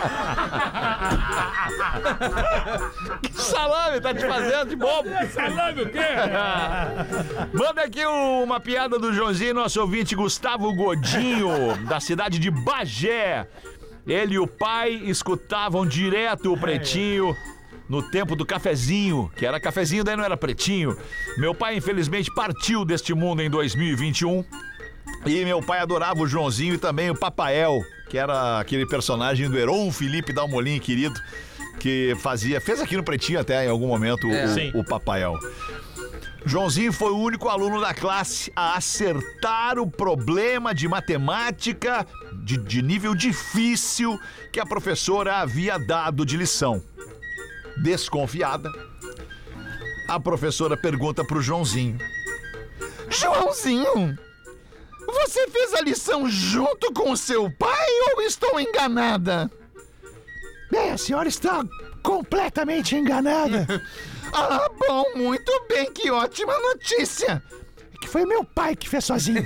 C: Salame, tá te fazendo de bobo.
D: Salame o quê?
C: Manda aqui uma piada do Joãozinho, nosso ouvinte Gustavo Godinho, da cidade de Bagé. Ele e o pai escutavam direto o Pretinho no tempo do cafezinho, que era cafezinho, daí não era Pretinho. Meu pai, infelizmente, partiu deste mundo em dois mil e vinte e um. E meu pai adorava o Joãozinho e também o Papael, que era aquele personagem do Heron Felipe Dalmolin, querido, que fazia, fez aqui no Pretinho até em algum momento
E: É.
F: Sim.
C: o, o Papael. Joãozinho foi o único aluno da classe a acertar o problema de matemática de, de nível difícil que a professora havia dado de lição. Desconfiada, a professora pergunta pro Joãozinho: Joãozinho, você fez a lição junto com o seu pai ou estou enganada? É, a senhora está completamente enganada. Ah, bom, muito bem, que ótima notícia. Que foi meu pai que fez sozinho.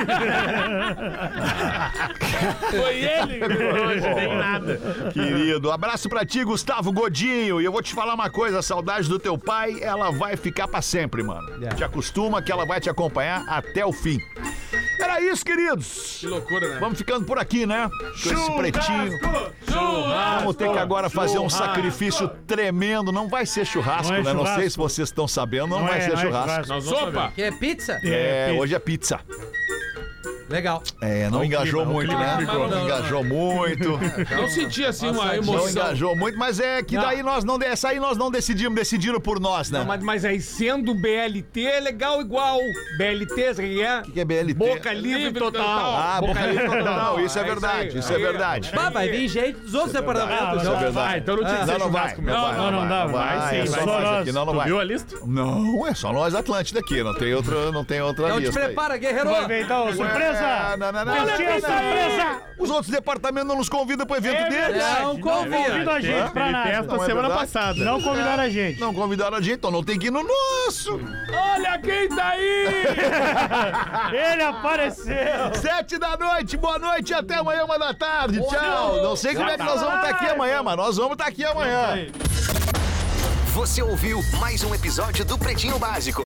D: Foi ele que
F: Hoje nem nada.
C: Querido, abraço pra ti, Gustavo Godinho. E eu vou te falar uma coisa, a saudade do teu pai, ela vai ficar pra sempre, mano.
E: É.
C: Te acostuma que ela vai te acompanhar até o fim. Era isso, queridos.
D: Que loucura, né?
C: Vamos ficando por aqui, né? Com esse pretinho. Vamos ter que agora fazer um sacrifício tremendo. Não vai ser churrasco,
G: Não é
C: né? Não sei
G: churrasco.
C: se vocês estão sabendo, não,
G: Não
C: vai
G: é,
C: ser
G: não é
C: churrasco.
G: churrasco.
F: Nós vamos
D: Sopa!
F: saber.
E: Que é pizza?
C: É,
G: É,
C: hoje é pizza.
E: Legal.
C: É, não engajou
F: clima,
C: muito,
F: o
C: né?
D: clima
C: Não,
D: ficou.
C: engajou muito.
D: Não senti assim uma
E: Nossa,
C: Não
D: emoção.
C: engajou muito, mas é que daí nós não, essa aí nós não decidimos, decidiram por nós, né?
I: Não, mas, mas aí sendo B L T é legal igual. B L T, sabe o que é?
C: O que é B L T?
I: Boca livre
D: Livre
I: total.
D: total.
C: Ah, boca livre total, isso é
I: É isso
C: verdade,
I: aí.
C: isso é
I: Aí,
C: verdade.
E: Bah, vai vir gente dos outros departamentos.
C: Isso é
G: não,
C: verdade.
F: Ah, então não tinha que ser
C: Não, não vai.
F: churrasco mesmo.
C: Não,
G: Não, não dá,
F: vai sim,
C: é
F: vai
C: só
F: sim.
C: nós aqui, não, não
F: Tu
C: vai.
F: viu a lista?
C: Não, é só nós Atlântida aqui, não tem outra, não tem outra
E: Então te
C: lista aí.
E: prepara, guerreiro.
G: Vai ver então, surpresa!
C: É, não, não, não,
G: Festinha
C: não, não,
G: surpresa!
C: Os outros departamentos não nos convidam pro evento
G: É
C: deles.
G: verdade.
E: Não
G: Não
E: convida.
G: convidam a gente pra
F: Teve
G: nada.
F: festa
C: Não é
F: semana
C: verdade?
F: passada.
G: Não convidaram a gente.
C: Não convidaram a gente, então não tem que ir no nosso.
D: Olha quem tá aí!
G: Ele apareceu!
C: Sete da noite, boa noite, até amanhã, uma da tarde. Tchau. Não sei como é que nós vamos estar aqui amanhã, mas nós vamos estar aqui amanhã.
K: Você ouviu mais um episódio do Pretinho Básico.